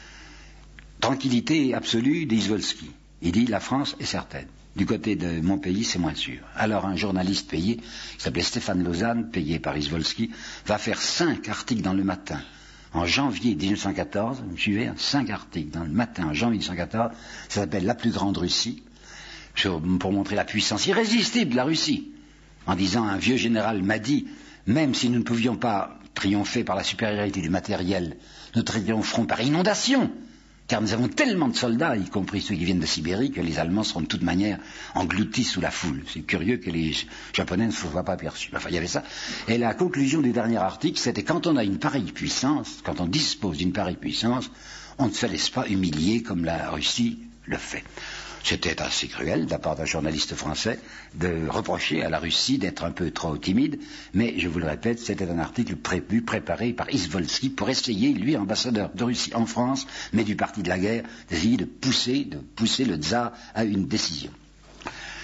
Tranquillité absolue d'Izvolsky. Il dit la France est certaine. Du côté de mon pays, c'est moins sûr. Alors un journaliste payé, qui s'appelait Stéphane Lausanne, payé par Izvolsky, va faire cinq articles dans le Matin. En janvier dix-neuf cent quatorze, vous me suivez, hein, cinq articles dans le Matin en janvier dix-neuf cent quatorze, ça s'appelle La plus grande Russie, pour montrer la puissance irrésistible de la Russie. En disant, un vieux général m'a dit, même si nous ne pouvions pas triompher par la supériorité du matériel, nous triompherons par inondation, car nous avons tellement de soldats, y compris ceux qui viennent de Sibérie, que les Allemands seront de toute manière engloutis sous la foule. C'est curieux que les Japonais ne se soient pas aperçus. Enfin, il y avait ça. Et la conclusion du dernier article, c'était quand on a une pareille puissance, quand on dispose d'une pareille puissance, on ne se laisse pas humilier comme la Russie le fait. C'était assez cruel de la part d'un journaliste français de reprocher à la Russie d'être un peu trop timide, mais je vous le répète, c'était un article prévu, préparé par Izvolsky pour essayer, lui, ambassadeur de Russie en France, mais du parti de la guerre, d'essayer de pousser, de pousser le tsar à une décision.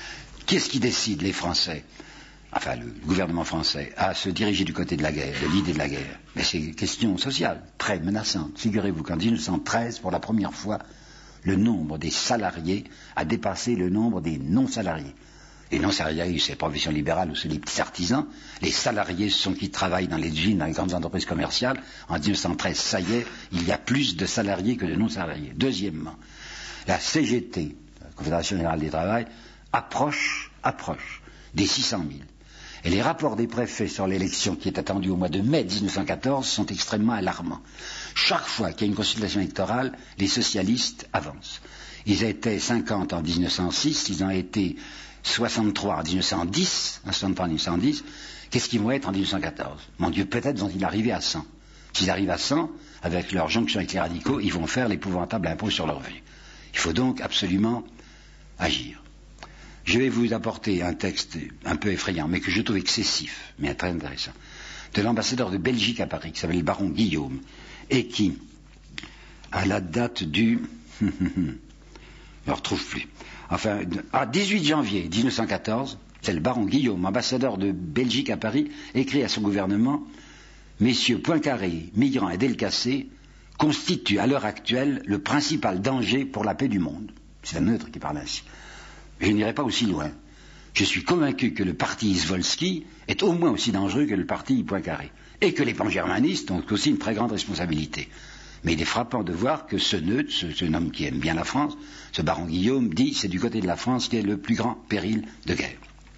Qui est-ce qui décide, les Français, enfin le gouvernement français, à se diriger du côté de la guerre, de l'idée de la guerre? Mais c'est une question sociale, très menaçante. Figurez-vous qu'en dix-neuf cent treize, pour la première fois, le nombre des salariés a dépassé le nombre des non-salariés. Les non-salariés, c'est les professions libérales ou c'est les petits artisans. Les salariés, ce sont qui travaillent dans les usines, dans les grandes entreprises commerciales. En dix-neuf cent treize, ça y est, il y a plus de salariés que de non-salariés. Deuxièmement, la C G T, la Confédération Générale des Travail, approche, approche des six cent mille. Et les rapports des préfets sur l'élection qui est attendue au mois de mai mille neuf cent quatorze sont extrêmement alarmants. Chaque fois qu'il y a une consultation électorale, les socialistes avancent. Ils étaient cinquante en dix-neuf cent six, ils ont été soixante-trois en dix-neuf cent dix, en soixante-trois en dix-neuf cent dix, qu'est-ce qu'ils vont être en dix-neuf cent quatorze? Mon Dieu, peut-être vont-ils arriver à cent. S'ils arrivent à cent, avec leur jonction avec les radicaux, ils vont faire l'épouvantable impôt sur leur vie. Il faut donc absolument agir. Je vais vous apporter un texte un peu effrayant, mais que je trouve excessif, mais très intéressant, de l'ambassadeur de Belgique à Paris, qui s'appelle le baron Guillaume, et qui, à la date du... je ne le retrouve plus. Enfin, à dix-huit janvier dix-neuf cent quatorze, c'est le baron Guillaume, ambassadeur de Belgique à Paris, écrit à son gouvernement: Messieurs Poincaré, Migrant et Delcassé constituent à l'heure actuelle le principal danger pour la paix du monde. C'est un neutre qui parle ainsi. Je n'irai pas aussi loin. Je suis convaincu que le parti Izvolsky est au moins aussi dangereux que le parti Poincaré, et que les pangermanistes ont aussi une très grande responsabilité. Mais il est frappant de voir que ce neutre, ce, ce homme qui aime bien la France, ce baron Guillaume, dit c'est du côté de la France qui est le plus grand péril de guerre.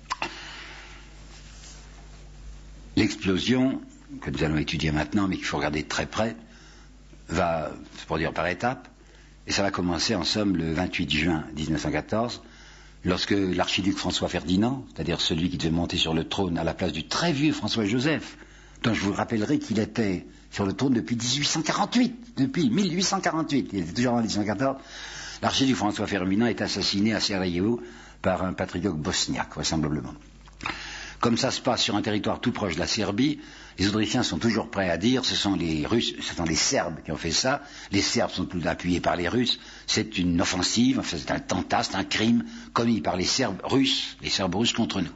L'explosion, que nous allons étudier maintenant, mais qu'il faut regarder de très près, va se produire par étapes, et ça va commencer en somme le vingt-huit juin dix-neuf cent quatorze, lorsque l'archiduc François Ferdinand, c'est-à-dire celui qui devait monter sur le trône à la place du très vieux François-Joseph, dont je vous rappellerai qu'il était sur le trône depuis dix-huit cent quarante-huit, depuis mille huit cent quarante-huit, il était toujours en dix-huit cent quatorze, l'archiduc François Ferdinand est assassiné à Sarajevo par un patriote bosniaque, vraisemblablement. Comme ça se passe sur un territoire tout proche de la Serbie, les Autrichiens sont toujours prêts à dire ce sont les Russes, ce sont les Serbes qui ont fait ça, les Serbes sont tous appuyés par les Russes, c'est une offensive, enfin c'est un attentat, c'est un crime commis par les Serbes russes, les Serbes russes contre nous.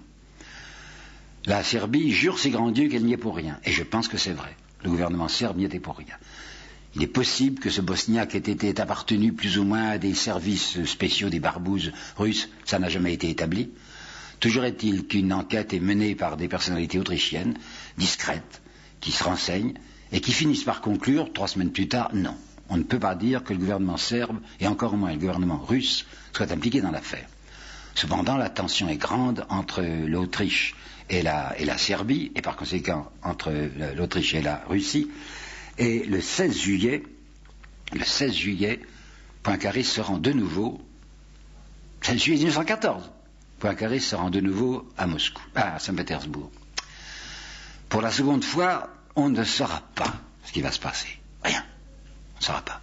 La Serbie jure ses grands dieux qu'elle n'y est pour rien, et je pense que c'est vrai. Le gouvernement serbe n'y était pour rien. Il est possible que ce Bosniaque ait été appartenu plus ou moins à des services spéciaux des barbouzes russes, ça n'a jamais été établi. Toujours est-il qu'une enquête est menée par des personnalités autrichiennes, discrètes, qui se renseignent, et qui finissent par conclure, trois semaines plus tard, non. On ne peut pas dire que le gouvernement serbe, et encore moins le gouvernement russe, soit impliqué dans l'affaire. Cependant, la tension est grande entre l'Autriche et la, et la Serbie, et par conséquent entre l'Autriche et la Russie, et le seize juillet, le seize juillet, Poincaré se rend de nouveau, seize juillet mille neuf cent quatorze, Poincaré se rend de nouveau à Moscou, à Saint-Pétersbourg. Pour la seconde fois, on ne saura pas ce qui va se passer. Rien. On ne saura pas.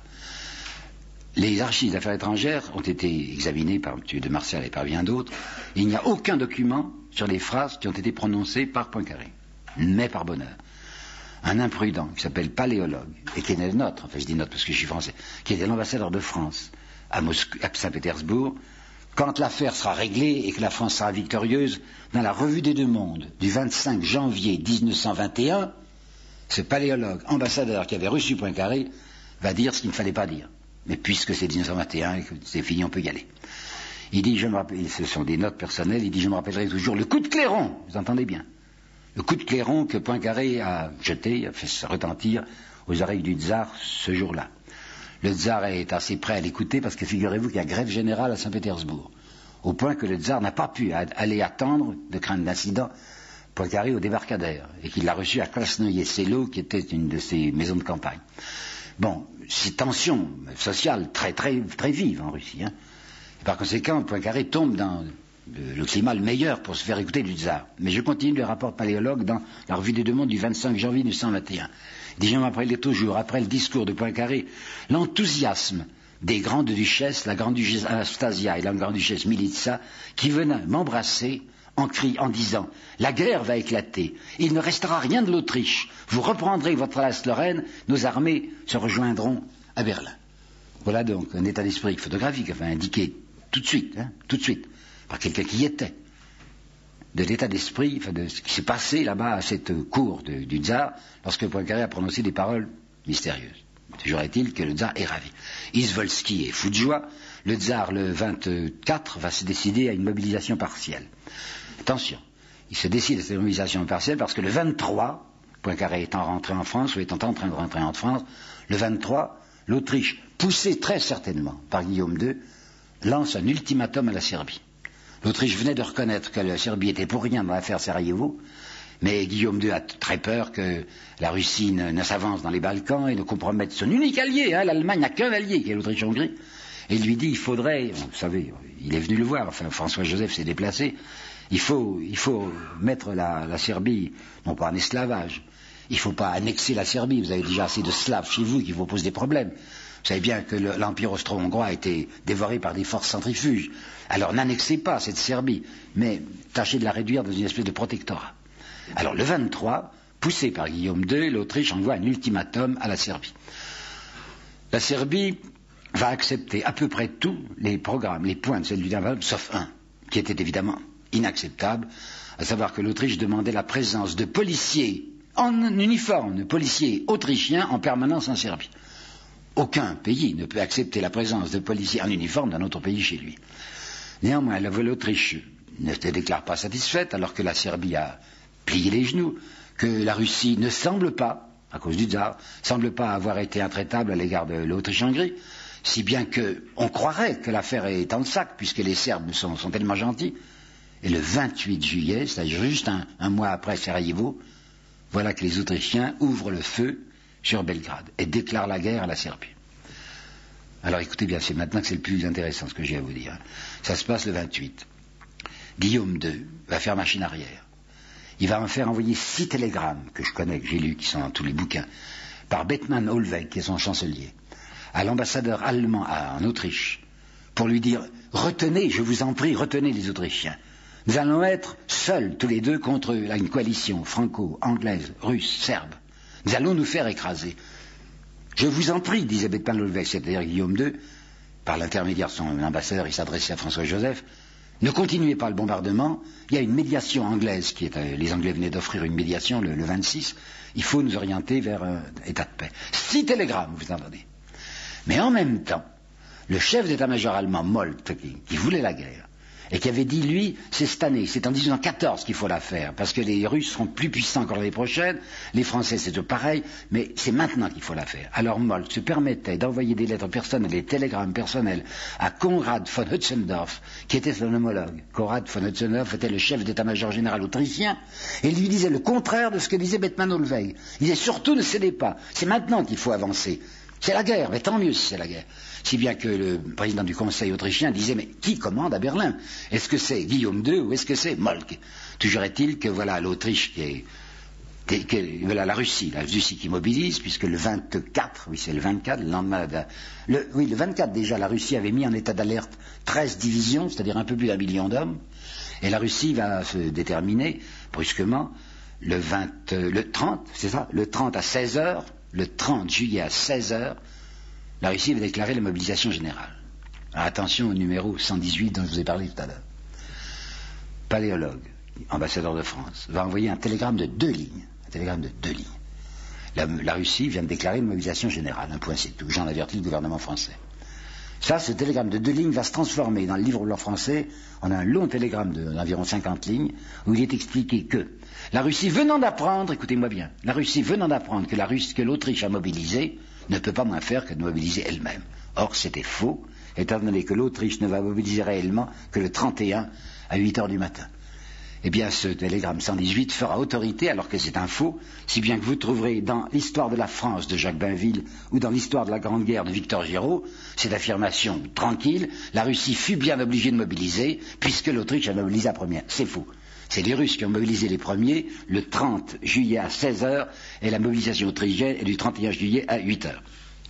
Les archives d'affaires étrangères ont été examinées par M. de Martial et par bien d'autres. Il n'y a aucun document sur les phrases qui ont été prononcées par Poincaré. Mais par bonheur. Un imprudent qui s'appelle Paléologue, et qui est le nôtre, enfin je dis nôtre parce que je suis français, qui était l'ambassadeur de France à, Moscou, à Saint-Pétersbourg, quand l'affaire sera réglée et que la France sera victorieuse, dans la Revue des Deux Mondes du vingt-cinq janvier mille neuf cent vingt et un, ce paléologue ambassadeur qui avait reçu Poincaré va dire ce qu'il ne fallait pas dire. Mais puisque c'est mille neuf cent vingt et un et que c'est fini, on peut y aller. Il dit, je me rappelle, ce sont des notes personnelles, il dit, je me rappellerai toujours le coup de clairon, vous entendez bien, le coup de clairon que Poincaré a jeté, a fait retentir aux oreilles du tsar ce jour-là. Le tsar est assez prêt à l'écouter parce que figurez-vous qu'il y a grève générale à Saint-Pétersbourg, au point que le tsar n'a pas pu aller attendre, de crainte d'incident, Poincaré au débarcadère, et qu'il l'a reçu à Krasnoïe-Selo, qui était une de ses maisons de campagne. Bon, c'est tension sociale très très très vive en Russie, hein. Et par conséquent, Poincaré tombe dans le, le climat le meilleur pour se faire écouter du tsar. Mais je continue le rapport paléologue dans la Revue des Deux Mondes du vingt-cinq janvier mille neuf cent vingt et un. Il dit, je me rappelle toujours, après le discours de Poincaré, l'enthousiasme des grandes duchesses, la grande duchesse Anastasia et la grande duchesse Militsa, qui venaient m'embrasser en, cri, en disant « La guerre va éclater, il ne restera rien de l'Autriche, vous reprendrez votre Alsace-Lorraine, nos armées se rejoindront à Berlin. » Voilà donc un état d'esprit photographique, enfin indiqué tout de suite, hein, tout de suite, par quelqu'un qui y était. de l'état d'esprit, enfin de ce qui s'est passé là-bas à cette cour de, du tsar, lorsque Poincaré a prononcé des paroles mystérieuses. Toujours est-il que le tsar est ravi. Izvolsky est fou de joie. Le tsar, le vingt-quatre, va se décider à une mobilisation partielle. Attention, il se décide à cette mobilisation partielle parce que le vingt-trois, Poincaré étant rentré en France, ou étant en train de rentrer en France, le vingt-trois, l'Autriche, poussée très certainement par Guillaume deux, lance un ultimatum à la Serbie. L'Autriche venait de reconnaître que la Serbie était pour rien dans l'affaire Sarajevo, mais Guillaume deux a très peur que la Russie ne, ne s'avance dans les Balkans et ne compromette son unique allié. Hein, L'Allemagne n'a qu'un allié, qui est l'Autriche-Hongrie. Et il lui dit, il faudrait, vous savez, il est venu le voir, enfin François-Joseph s'est déplacé, il faut, il faut mettre la, la Serbie, non pas en esclavage, il ne faut pas annexer la Serbie, vous avez déjà assez de Slaves chez vous qui vous posent des problèmes. Vous savez bien que le, l'Empire austro-hongrois a été dévoré par des forces centrifuges. Alors n'annexez pas cette Serbie, mais tâchez de la réduire dans une espèce de protectorat. Alors le vingt-trois, poussé par Guillaume deux, l'Autriche envoie un ultimatum à la Serbie. La Serbie va accepter à peu près tous les programmes, les points de celle du ultimatum, sauf un, qui était évidemment inacceptable, à savoir que l'Autriche demandait la présence de policiers en uniforme, de policiers autrichiens en permanence en Serbie. Aucun pays ne peut accepter la présence de policiers en uniforme d'un autre pays chez lui. Néanmoins, l'Autriche ne se déclare pas satisfaite, alors que la Serbie a plié les genoux, que la Russie ne semble pas, à cause du tsar, semble pas avoir été intraitable à l'égard de l'Autriche-Hongrie, si bien qu'on croirait que l'affaire est en sac, puisque les Serbes sont, sont tellement gentils. Et le vingt-huit juillet, c'est-à-dire juste un, un mois après Sarajevo, voilà que les Autrichiens ouvrent le feu sur Belgrade et déclarent la guerre à la Serbie. Alors écoutez bien, c'est maintenant que c'est le plus intéressant ce que j'ai à vous dire. Ça se passe le vingt-huit. Guillaume deux va faire machine arrière. Il va en faire envoyer six télégrammes, que je connais, que j'ai lus, qui sont dans tous les bouquins, par Bethmann Hollweg, qui est son chancelier, à l'ambassadeur allemand à, en Autriche, pour lui dire « Retenez, je vous en prie, retenez les Autrichiens. Nous allons être seuls, tous les deux, contre là, une coalition franco-anglaise, russe, serbe. Nous allons nous faire écraser. Je vous en prie, disait Bethmann Hollweg, c'est-à-dire Guillaume deux, par l'intermédiaire de son ambassadeur, il s'adressait à François-Joseph, ne continuez pas le bombardement, il y a une médiation anglaise, qui est, euh, les Anglais venaient d'offrir une médiation le, le vingt-six, il faut nous orienter vers un état de paix. Six télégrammes, vous entendez. Mais en même temps, le chef d'état-major allemand, Moltke, qui, qui voulait la guerre, et qui avait dit, lui, c'est cette année, c'est en dix-huit cent quatorze qu'il faut la faire, parce que les Russes seront plus puissants encore l'année prochaine, les Français c'est tout pareil, mais c'est maintenant qu'il faut la faire. Alors Moltke se permettait d'envoyer des lettres personnelles, des télégrammes personnels à Konrad von Hötzendorf, qui était son homologue. Konrad von Hötzendorf était le chef d'état-major général autrichien, et il lui disait le contraire de ce que disait Bethmann Hollweg. Il disait surtout ne cédez pas, c'est maintenant qu'il faut avancer. C'est la guerre, mais tant mieux si c'est la guerre. Si bien que le président du Conseil autrichien disait, mais qui commande à Berlin? Est-ce que c'est Guillaume deux ou est-ce que c'est Moltke? Toujours est-il que voilà l'Autriche qui est, que, voilà la Russie, la Russie qui mobilise, puisque le vingt-quatre, oui c'est le vingt-quatre, le lendemain, de, le, oui le vingt-quatre déjà, la Russie avait mis en état d'alerte treize divisions, c'est-à-dire un peu plus d'un million d'hommes, et la Russie va se déterminer brusquement le vingt, le trente, c'est ça, le trente à seize heures, le trente juillet à seize heures, la Russie va déclarer la mobilisation générale. Alors attention au numéro cent dix-huit dont je vous ai parlé tout à l'heure. Paléologue, ambassadeur de France, va envoyer un télégramme de deux lignes. Un télégramme de deux lignes. La, la Russie vient de déclarer une mobilisation générale. Un point, c'est tout. J'en avertis le gouvernement français. Ça, ce télégramme de deux lignes va se transformer dans le livre blanc français en un long télégramme d'environ cinquante lignes où il est expliqué que la Russie venant d'apprendre, écoutez-moi bien, la Russie venant d'apprendre que la Russie, que l'Autriche a mobilisé, ne peut pas moins faire que de mobiliser elle-même. Or, c'était faux, étant donné que l'Autriche ne va mobiliser réellement que le trente et un à huit heures du matin. Eh bien, ce télégramme cent dix-huit fera autorité, alors que c'est un faux, si bien que vous trouverez dans l'histoire de la France de Jacques Bainville ou dans l'histoire de la Grande Guerre de Victor Giraud, cette affirmation tranquille, la Russie fut bien obligée de mobiliser, puisque l'Autriche a mobilisé la première. C'est faux. C'est les Russes qui ont mobilisé les premiers, le trente juillet à seize heures, et la mobilisation autrichienne est du trente et un juillet à huit heures.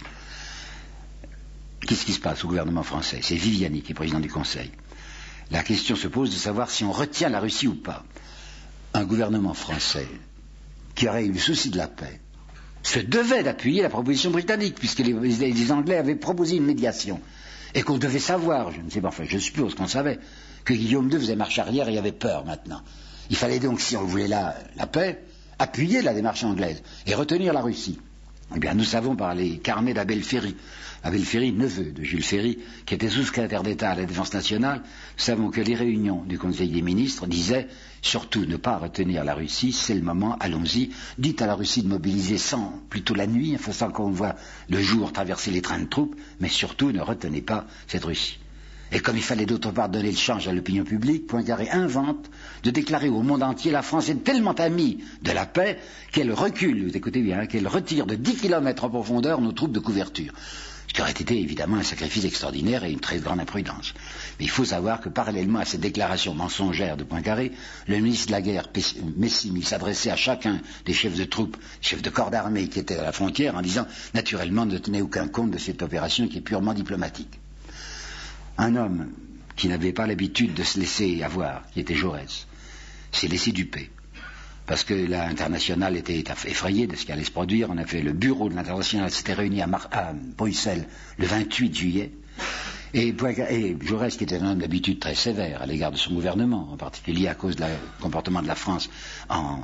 Qu'est-ce qui se passe au gouvernement français? C'est Viviani qui est président du Conseil. La question se pose de savoir si on retient la Russie ou pas. Un gouvernement français qui aurait eu le souci de la paix se devait d'appuyer la proposition britannique, puisque les, les Anglais avaient proposé une médiation, et qu'on devait savoir, je ne sais pas, enfin je suppose qu'on savait, que Guillaume deux faisait marche arrière et avait peur maintenant. Il fallait donc, si on voulait la, la paix, appuyer la démarche anglaise et retenir la Russie. Eh bien, nous savons par les carnets d'Abel Ferry, Abel Ferry, neveu de Jules Ferry, qui était sous-secrétaire d'État à la Défense nationale, nous savons que les réunions du Conseil des ministres disaient surtout ne pas retenir la Russie, c'est le moment, allons-y. Dites à la Russie de mobiliser sans, plutôt la nuit, sans qu'on voit le jour traverser les trains de troupes, mais surtout ne retenez pas cette Russie. Et comme il fallait d'autre part donner le change à l'opinion publique, Poincaré invente de déclarer au monde entier la France est tellement amie de la paix qu'elle recule, vous écoutez bien, qu'elle retire de dix kilomètres en profondeur nos troupes de couverture. Ce qui aurait été évidemment un sacrifice extraordinaire et une très grande imprudence. Mais il faut savoir que parallèlement à cette déclaration mensongère de Poincaré, le ministre de la Guerre, Messimy, s'adressait à chacun des chefs de troupes, chefs de corps d'armée qui étaient à la frontière en disant naturellement ne tenez aucun compte de cette opération qui est purement diplomatique. Un homme qui n'avait pas l'habitude de se laisser avoir, qui était Jaurès, s'est laissé duper. Parce que l'international était effrayé de ce qui allait se produire. On a fait le bureau de l'international, s'était réuni à, Mar à Bruxelles le vingt-huit juillet. Et, et Jaurès, qui était un homme d'habitude très sévère à l'égard de son gouvernement, en particulier à cause du comportement de la France en,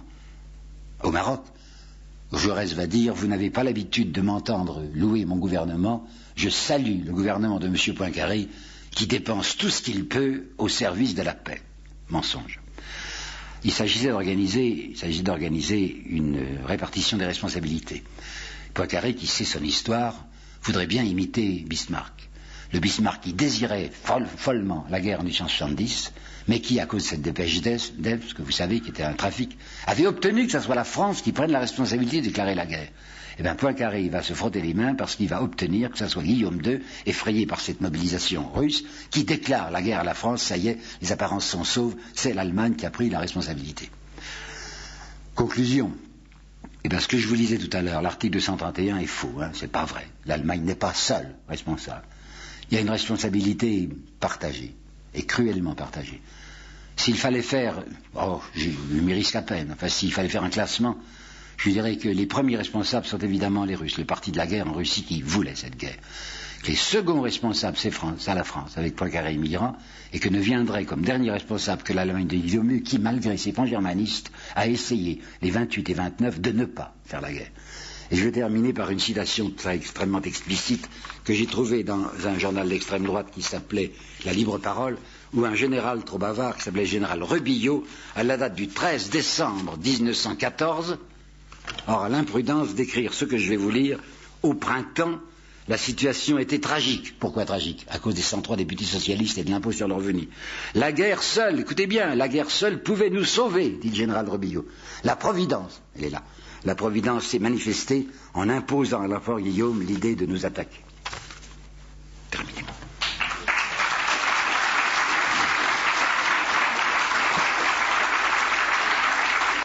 au Maroc, Jaurès va dire, vous n'avez pas l'habitude de m'entendre louer mon gouvernement, je salue le gouvernement de M. Poincaré, qui dépense tout ce qu'il peut au service de la paix. Mensonge. Il s'agissait d'organiser, il s'agissait d'organiser une répartition des responsabilités. Poincaré, qui sait son histoire, voudrait bien imiter Bismarck. Le Bismarck qui désirait folle, follement la guerre en mille huit cent soixante-dix, mais qui, à cause de cette dépêche d'Elf, que vous savez, qui était un trafic, avait obtenu que ce soit la France qui prenne la responsabilité de déclarer la guerre. Eh bien, Poincaré, il va se frotter les mains parce qu'il va obtenir que ce soit Guillaume deux, effrayé par cette mobilisation russe, qui déclare la guerre à la France. Ça y est, les apparences sont sauves, c'est l'Allemagne qui a pris la responsabilité. Conclusion. Eh bien, ce que je vous lisais tout à l'heure, l'article deux cent trente et un est faux, hein, c'est pas vrai. L'Allemagne n'est pas seule responsable. Il y a une responsabilité partagée, et cruellement partagée. S'il fallait faire, oh, je m'y risque à peine, enfin, s'il fallait faire un classement, je dirais que les premiers responsables sont évidemment les Russes, le parti de la guerre en Russie qui voulait cette guerre. Les seconds responsables, c'est France, à la France, avec Poincaré et Mitterrand, et que ne viendrait comme dernier responsable que l'Allemagne de Guillaume, qui, malgré ses pan-germanistes, a essayé, les vingt-huit et vingt-neuf, de ne pas faire la guerre. Et je vais terminer par une citation très extrêmement explicite que j'ai trouvée dans un journal d'extrême droite qui s'appelait La Libre Parole, où un général trop bavard, qui s'appelait général Rebillot, à la date du treize décembre mille neuf cent quatorze, aura l'imprudence d'écrire ce que je vais vous lire. Au printemps, la situation était tragique. Pourquoi tragique? À cause des cent trois députés socialistes et de l'impôt sur le revenu. La guerre seule, écoutez bien, la guerre seule pouvait nous sauver, dit le général Rebillot. La Providence, elle est là. La Providence s'est manifestée en imposant à l'empereur Guillaume l'idée de nous attaquer.